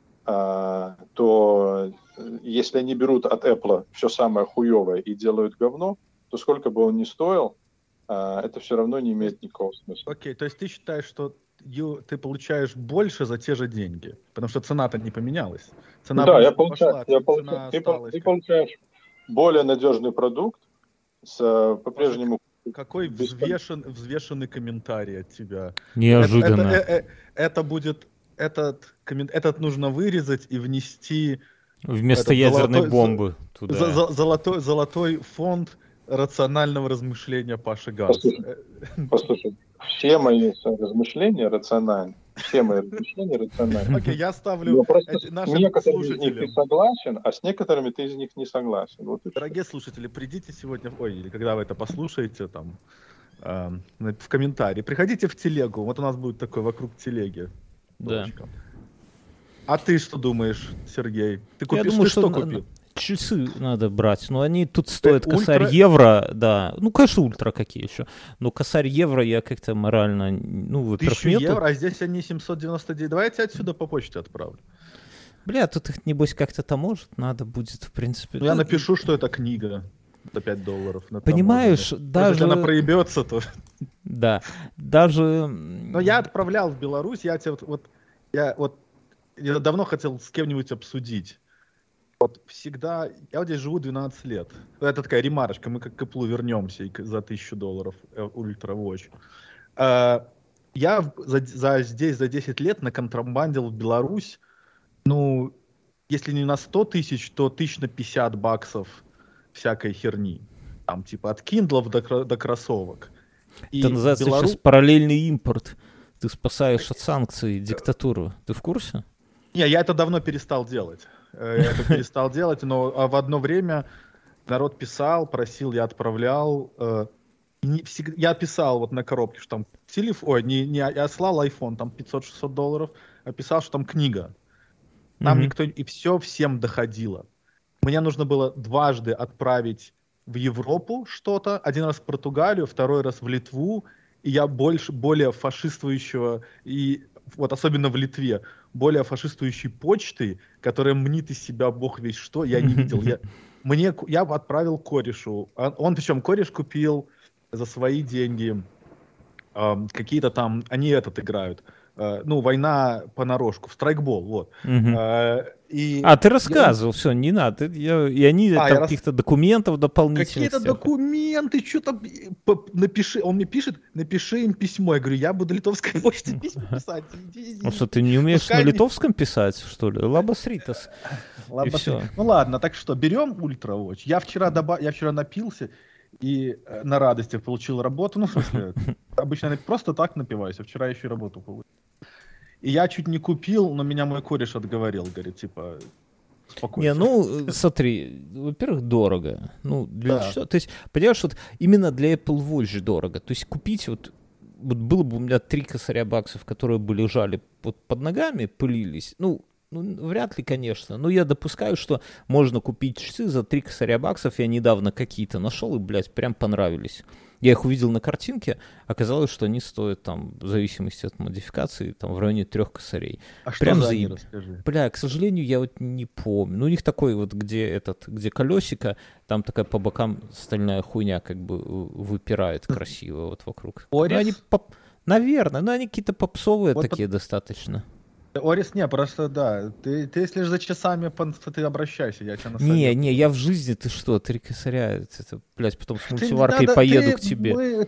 то если они берут от Apple все самое хуевое и делают говно, то сколько бы он ни стоил, это все равно не имеет никакого смысла. Окей, то есть ты считаешь, что ты получаешь больше за те же деньги? Потому что цена-то не поменялась. Цена да, пошла, ты получаешь более надежный продукт по-прежнему... Какой взвешенный комментарий от тебя. Неожиданно. Это будет... Этот нужно вырезать и внести... Вместо ядерной бомбы туда. Золотой фонд рационального размышления Паши Ганса. Послушай, все мои размышления рациональны. Окей, я ставлю нашим некоторыми из них ты согласен, а с некоторыми ты из них не согласен. Вот дорогие слушатели, придите сегодня, или когда вы это послушаете, там, в комментарии, приходите в телегу, вот у нас будет такой вокруг телеги. Да. А ты что думаешь, Сергей? Ты думаю, что купил? Часы надо брать, но они тут стоят косарь евро, да. Ну, конечно, ультра какие еще. Но косарь евро я как-то морально, во-первых, 1000 евро, а здесь они 799. Давай я тебя отсюда по почте отправлю. Бля, тут их, небось, как-то таможить надо будет, в принципе. Я напишу, что это книга за $5. Понимаешь, даже... Если она проебется, то... Да, даже... Но я отправлял в Беларусь, я давно хотел с кем-нибудь обсудить. Вот всегда... Я вот здесь живу 12 лет. Это такая ремарочка, мы как к Apple вернемся и за $1000 Ultra Watch. Я здесь за 10 лет наконтрабандил в Беларусь, если не на 100 тысяч, то $1050 всякой херни. Там типа от киндлов до кроссовок. Это называется сейчас параллельный импорт. Ты спасаешь от санкций диктатуру. Ты в курсе? Не, я это давно перестал делать. Но в одно время народ писал, просил, я отправлял. Я писал вот на коробке, что там телефон, я слал iPhone, там $500-600, а писал, что там книга. Нам никто... И все всем доходило. Мне нужно было дважды отправить в Европу что-то. Один раз в Португалию, второй раз в Литву. И я более фашистующего, и вот особенно в Литве, более фашистующей почты, которая мнит из себя бог весь что, я не видел. Я отправил корешу. Он, причем, кореш купил за свои деньги какие-то там... Они играют. Война понарошку, в страйкбол, вот. Ты рассказывал, все, не надо. И они там каких-то документов дополнительных. Какие-то документы, что-то напиши. Он мне пишет, напиши им письмо. Я говорю, я буду литовской почте письма писать. Что, ты не умеешь на литовском писать, что ли? Лабас ритас. И все. Ну ладно, так что, берем Ultra Watch. Я вчера напился и на радостях получил работу. В смысле, обычно я просто так напиваюсь, а вчера еще и работу получил. И я чуть не купил, но меня мой кореш отговорил, говорит, типа, спокойно. Смотри, во-первых, дорого. Что? То есть, понимаешь, вот именно для Apple Watch дорого. То есть купить вот было бы у меня 3 косаря баксов, которые бы лежали под ногами, пылились, вряд ли, конечно. Но я допускаю, что можно купить часы за 3 косаря баксов. Я недавно какие-то нашел и, блядь, прям понравились. Я их увидел на картинке, оказалось, что они стоят там, в зависимости от модификации, там в районе 3 косарей. А прям что за они, расскажи? Бля, к сожалению, я вот не помню. У них такой вот, где колесико, там такая по бокам стальная хуйня как бы выпирает красиво вот вокруг. Орис? Наверное, но они какие-то попсовые такие достаточно. Орис, не, просто да. Ты если же за часами, ты обращайся, я тебя насоветую. Не, я в жизни, ты что, 3 косаря, это, блядь, потом с мультиваркой поеду к тебе.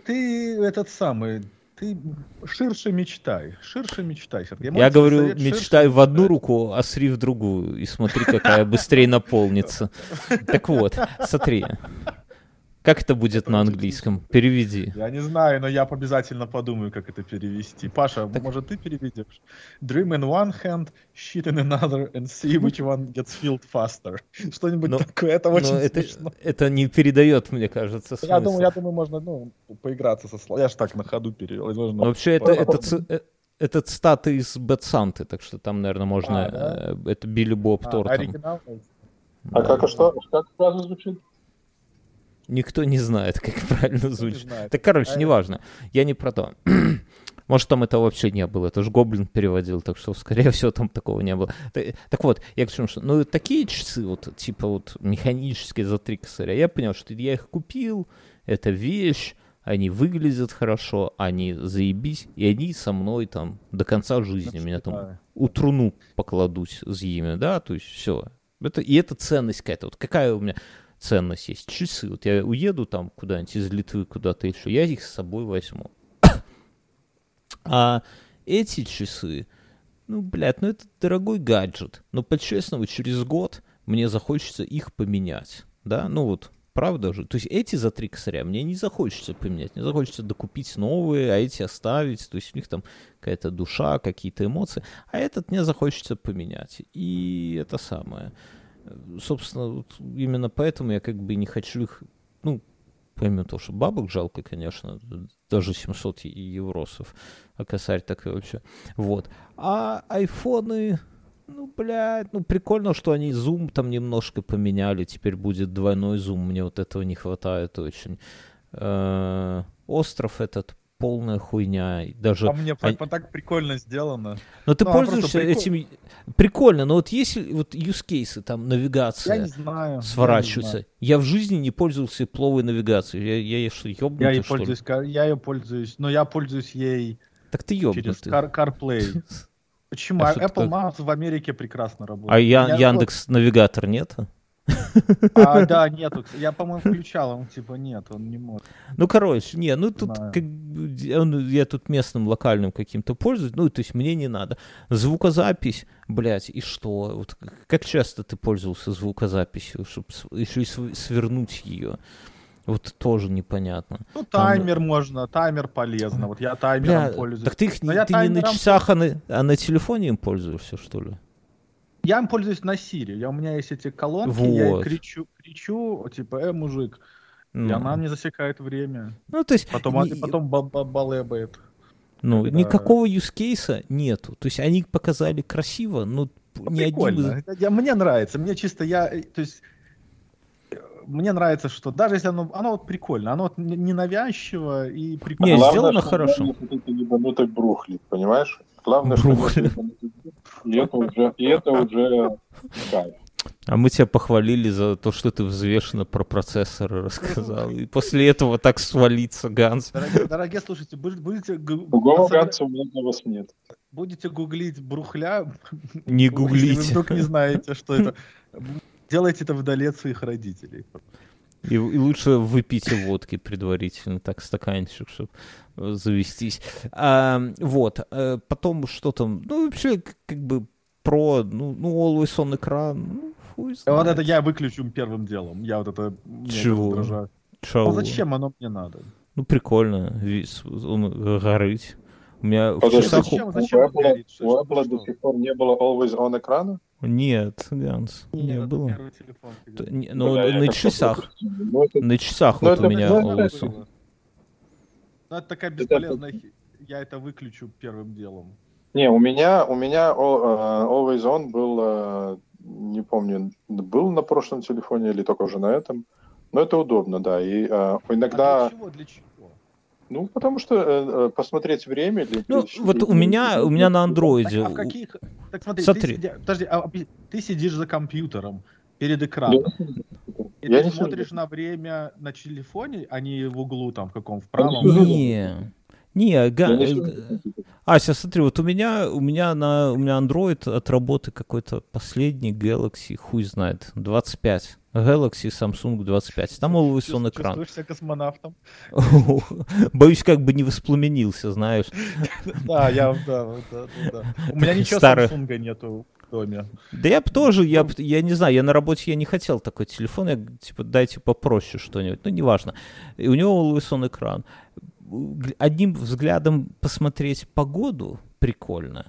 Ты ширше мечтай, Сергей. Я говорю, мечтай в одну руку, а сри в другую, и смотри, какая быстрее наполнится. Так вот, смотри. Как это будет на английском? Переведи. Я не знаю, но я обязательно подумаю, как это перевести. Паша, может, ты переведешь? Dream in one hand, shit in another, and see which one gets filled faster. Что-нибудь такое, это очень смешно. Это не передает, мне кажется, смысл. Я думаю, можно поиграться со словами. Я ж так на ходу перевел. Вообще, это цитаты из Bad Santa, так что там, наверное, можно... Это Билли Боб Тортон. Оригинал? Как фраза звучит? Никто не знает, как правильно звучит. знает. Так, короче, неважно. Я не про то. Может, там это вообще не было. Это же Гоблин переводил, так что, скорее всего, там такого не было. Так вот, я к чему, что... Ну, такие часы, вот, типа, вот, механические за 3 косаря, я понял, что я их купил, это вещь, они выглядят хорошо, они заебись, и они со мной там до конца жизни. Меня там у труну покладут с ними, да, то есть все. И это ценность какая-то. Вот какая у меня ценность есть? Часы. Вот я уеду там куда-нибудь из Литвы куда-то еще, я их с собой возьму. А эти часы, ну, блядь, ну это дорогой гаджет. Но по-честному, через год мне захочется их поменять, да, ну вот. Правда же? То есть эти за 3 косаря мне не захочется поменять, мне захочется докупить новые, а эти оставить. То есть у них там какая-то душа, какие-то эмоции. А этот мне захочется поменять. И это самое. Собственно, вот именно поэтому я как бы не хочу их... Ну, помимо того, что бабок жалко, конечно, даже 700 евросов. А косарь такой вообще. Вот. А айфоны... Ну, блядь, ну прикольно, что они зум там немножко поменяли, теперь будет двойной зум, мне вот этого не хватает очень. Остров этот полная хуйня. Даже... А мне так прикольно сделано. Но ты пользуешься этим... Прикольно, но вот если вот use cases, там навигация я не знаю, сворачивается. Я в жизни не пользовался пловой навигацией. Я что, ёбнутый, я ее пользуюсь, но я пользуюсь ей так ты ёбнутый. через CarPlay. Почему? Apple Maps в Америке прекрасно работает. А Яндекс навигатор нет? Да, нету. Я, по-моему, включал, он типа нет, он не может. Ну, короче, не, ну тут я тут местным локальным каким-то пользуюсь, ну, то есть мне не надо. Звукозапись, блядь, и что? Вот как часто ты пользовался звукозаписью, чтобы еще и свернуть ее? Вот тоже непонятно. Ну, таймер можно, таймер полезно. Вот я таймером пользуюсь. Так ты не на часах, а на телефоне им пользуешься, что ли? Я им пользуюсь на Siri. У меня есть эти колонки, я ей кричу, типа, мужик. И она мне засекает время. Ну, то есть... Потом балебает. Ну, никакого юзкейса нету. То есть они показали красиво, но ни один... Мне нравится. Мне чисто то есть... Мне нравится, что даже если оно вот прикольно, оно вот ненавязчиво и прикольно. Не, главное, сделано хорошо. Это ебанутый брухлит, понимаешь? Главное, брухлит. И это уже кайф. А мы тебя похвалили за то, что ты взвешенно про процессоры рассказал. И после этого так свалится, Ганс. Дорогие слушайте, будете... Другого Ганса у меня для вас нет. Будете гуглить брухля. Не гуглите. Если вы вдруг не знаете, что это... Делайте это вдали от своих родителей. И лучше выпейте водки предварительно, так, стаканчик, чтобы завестись. Вот. Потом что там? Ну, вообще, как бы про, Always On экран. Ну, хуй знает. Вот это я выключу первым делом. Я вот это... Чего? Ну, зачем оно мне надо? Ну, прикольно. Он горит. У меня в часах... У Apple до сих пор не было Always On экрана? Нет, Ганс, не было. Ну, на часах. На часах вот у меня Always On. Ну, это такая бесполезная... Я это выключу первым делом. Не, у меня Always On был, не помню, был на прошлом телефоне или только уже на этом. Но это удобно, да. И иногда... Для чего? Ну, потому что посмотреть время... Вот у меня на андроиде... Так смотри, подожди, ты сидишь за компьютером перед экраном. И ты смотришь на время на телефоне, а не в углу там в каком, в правом? Ася, смотри, вот у меня Android от работы какой-то последний Galaxy, хуй знает, 25. Galaxy Samsung 25. Там Always On экран. Чувствуешь себя космонавтом? Боюсь, как бы не воспламенился, знаешь. Да. У меня ничего Samsung нету в доме. Да я бы тоже, я не знаю, я на работе я не хотел такой телефон, я типа дайте попроще что-нибудь, ну неважно. И у него Always On экран. Одним взглядом посмотреть погоду прикольно.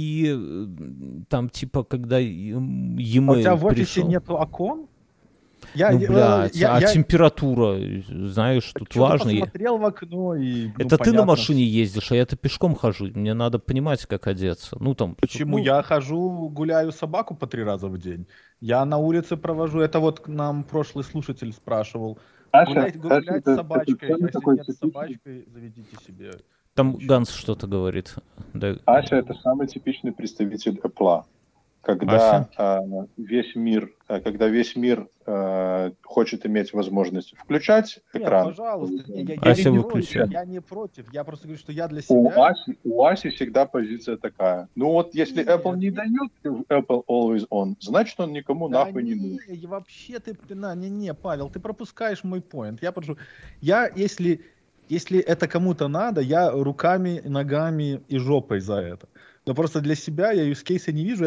И там, типа, когда e-mail у тебя в офисе пришел... нету окон? температура, знаешь, тут важно. Я посмотрел в окно и... Это ты на машине ездишь, а я-то пешком хожу. Мне надо понимать, как одеться. Почему? Я хожу, гуляю собаку по 3 раза в день. Я на улице провожу. Это вот нам прошлый слушатель спрашивал. Гулять с собачкой. Если нет с собачкой, заведите себе. Там Ганс что-то говорит. Да. Ася — это самый типичный представитель Apple. Когда весь мир хочет иметь возможность включать экран. Пожалуйста, я не против. Я просто говорю, что я для себя... У Аси всегда позиция такая. Если Apple не дает Apple Always On, значит, он никому нахуй не нужен. Вообще Павел, ты пропускаешь мой поинт. Если это кому-то надо, я руками, ногами и жопой за это. Но просто для себя я юзкейса не вижу.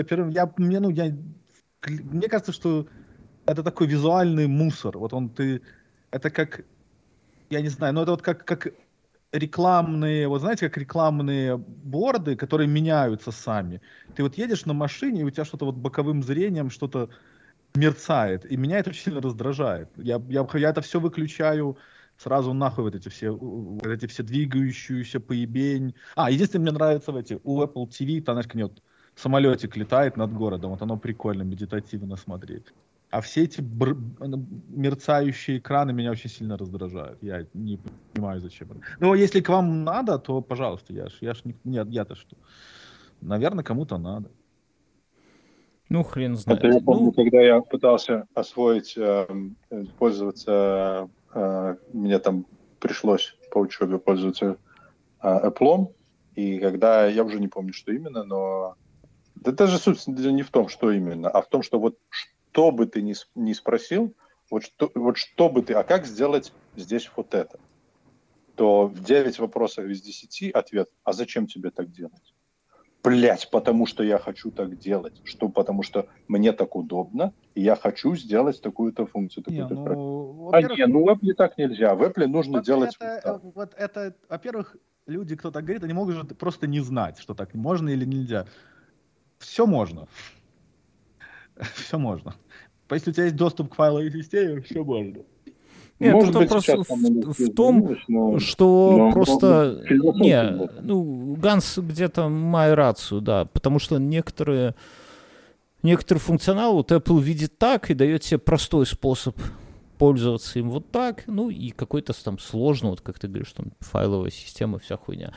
Мне кажется, что это такой визуальный мусор. Это как, я не знаю, это как рекламные, знаете, как рекламные борды, которые меняются сами. Ты едешь на машине, и у тебя что-то боковым зрением что-то мерцает. И меня это очень сильно раздражает. Я это все выключаю сразу нахуй эти все двигающиеся поебень. Единственное, мне нравится у Apple TV, там, знаешь, самолетик летает над городом, оно прикольно, медитативно смотреть. А все эти мерцающие экраны меня очень сильно раздражают. Я не понимаю, зачем. Но если к вам надо, то, пожалуйста, я-то что? Наверное, кому-то надо. Хрен знает. Это я помню, когда я пытался освоить, пользоваться... Мне там пришлось по учебе пользоваться Apple, и когда, я уже не помню, что именно, но даже суть не в том, что именно, а в том, что что бы ты ни спросил, что бы ты, а как сделать здесь это, то в 9 вопросов из 10 ответ, а зачем тебе так делать? Блять, потому что я хочу так делать. Потому что мне так удобно, и я хочу сделать такую-то функцию. В Apple так нельзя. В Apple нужно делать... Во-первых, люди, кто так говорит, они могут же просто не знать, что так можно или нельзя. Все можно. Все можно. Если у тебя есть доступ к файловой системе, все можно. Нет, может быть, вопрос в том, что просто... Ганс где-то мою рацию, да, потому что некоторый функционал Apple видит так и дает себе простой способ пользоваться им так, и какой-то там сложный, как ты говоришь, там файловая система, вся хуйня.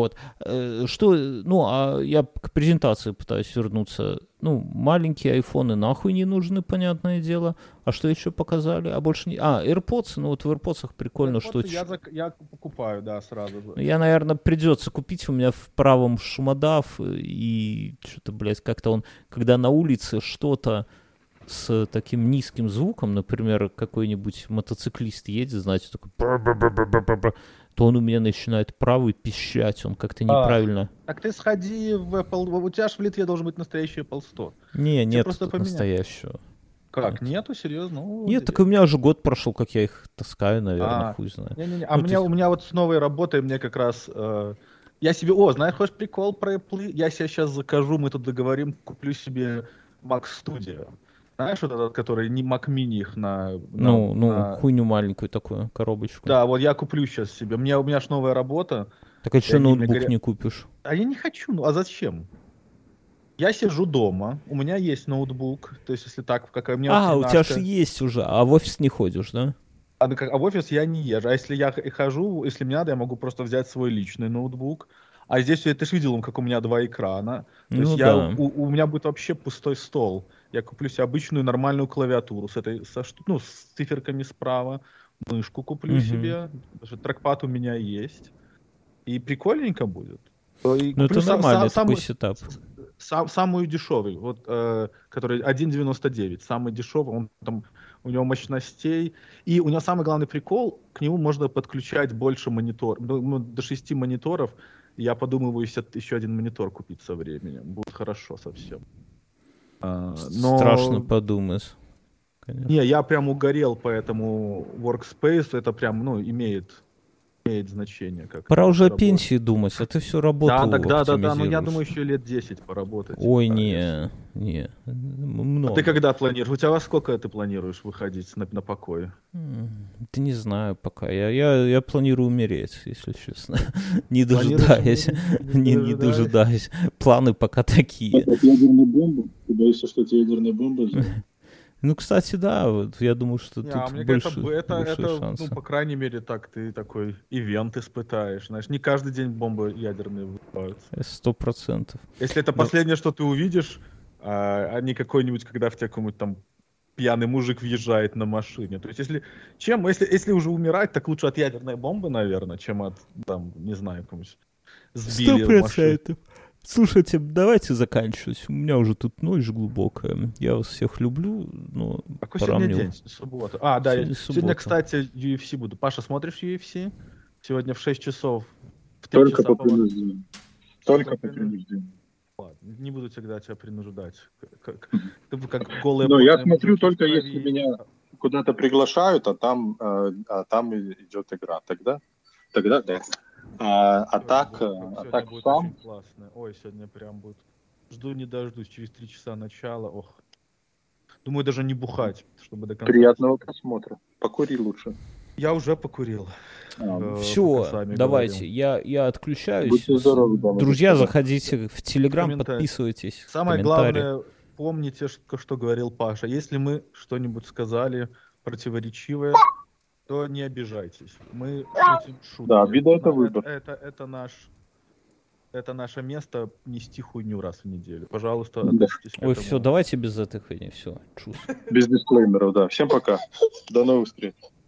Я к презентации пытаюсь вернуться. Маленькие айфоны нахуй не нужны, понятное дело. А что еще показали? А больше не... AirPods, в AirPods прикольно, AirPods что... Я покупаю, да, сразу же. Я, наверное, придется купить. У меня в правом шумодав, и что-то, блядь, как-то он, когда на улице что-то с таким низким звуком, например, какой-нибудь мотоциклист едет, знаете, такой, то он у меня начинает правый пищать, он как-то неправильно. Так ты сходи в Apple, у тебя же в Литве должен быть настоящий Apple Store. Нет настоящего. Как, нету? Серьезно? Нет, так у меня уже год прошел, как я их таскаю, наверное, хуй знает. У меня с новой работой мне как раз... Я себе, знаешь, хочешь прикол про Apple? Я себе сейчас закажу, мы тут договорим, куплю себе Mac Studio. Знаешь, этот, который не Mac Mini их хуйню маленькую такую, коробочку. Да, я куплю сейчас себе. У меня ж новая работа. Так а что ноутбук не купишь? А я не хочу, а зачем? Я сижу дома, у меня есть ноутбук, то есть если так, какая у меня... у тебя же есть уже, а в офис не ходишь, да? А в офис я не езжу, а если я и хожу, если мне надо, я могу просто взять свой личный ноутбук. А здесь ты же видел, как у меня 2 экрана. То есть у меня будет вообще пустой стол. Я куплю себе обычную нормальную клавиатуру с циферками справа. Мышку куплю себе. Потому что трекпад у меня есть. И прикольненько будет. Это нормальный такой сетап. Самую дешевый, который 1.99, самый дешевый, у него мощностей. И у него самый главный прикол, к нему можно подключать больше мониторов, до 6 мониторов. Я подумываю еще один монитор купить со временем. Будет хорошо совсем. Страшно подумать. Конечно. Не, я прям угорел по этому Workspace. Это прям, имеет имеет значения. Как Пора уже о работать. пенсии думать, а ты все работу Да, но я оптимизируешь. думаю, еще лет 10 поработать. Ой, пытаюсь. не, А много. ты когда планируешь? У тебя во сколько ты планируешь выходить на покой? Да не знаю пока. Я планирую умереть, если честно. Не дожидаясь. Не дожидаясь. Планы пока такие. От ядерной бомбы? Ты боишься, что это ядерная бомба? Ну, кстати, да, вот я думаю, что Не, тут мне больше это, шансы. ну, по крайней мере, так ты такой ивент испытаешь. Знаешь, не каждый день бомбы ядерные взрываются. 100%. Если это последнее, что ты увидишь, а не какой-нибудь, когда в тебя какой-нибудь там пьяный мужик въезжает на машине. То есть, если уже умирать, так лучше от ядерной бомбы, наверное, чем от, там, не знаю, какому-нибудь сбили машину. 100%. Слушайте, давайте заканчивать. У меня уже тут ночь глубокая. Я вас всех люблю, но Какой пора сегодня мне... день? Суббота. А, да, Сегодня сегодня, суббота. кстати, UFC буду. Паша, смотришь UFC? Сегодня в 6 часов. В 3 Только часа по по- принуждению. Только по принуждению. Ладно, не буду всегда тебя принуждать. Как голые Но я потные смотрю мужики в только крови. если меня куда-то приглашают, а там идет игра. Тогда да. А так Сегодня будет сам. очень классно. Ой, сегодня прям будет. Жду не дождусь. Через 3 часа начала. Ох. Думаю, даже не бухать, чтобы до конца. Приятного просмотра. Покури лучше. Я уже покурил. Пока Все, сами давайте, говорил. я отключаюсь. Будьте здоровы, дамы и Друзья, господа. заходите в Телеграм, Комментарий. подписывайтесь. Самое комментарии. главное, помните, что говорил Паша. Если мы что-нибудь сказали противоречивое, то не обижайтесь. Мы шутим шутки. Да, обида — это выбор. Это наше место нести хуйню раз в неделю. Пожалуйста, Да. относитесь к Ой, этому. все, давайте без этой хуйни, все, чушь. Без дисклеймеров, да. Всем пока. До новых встреч.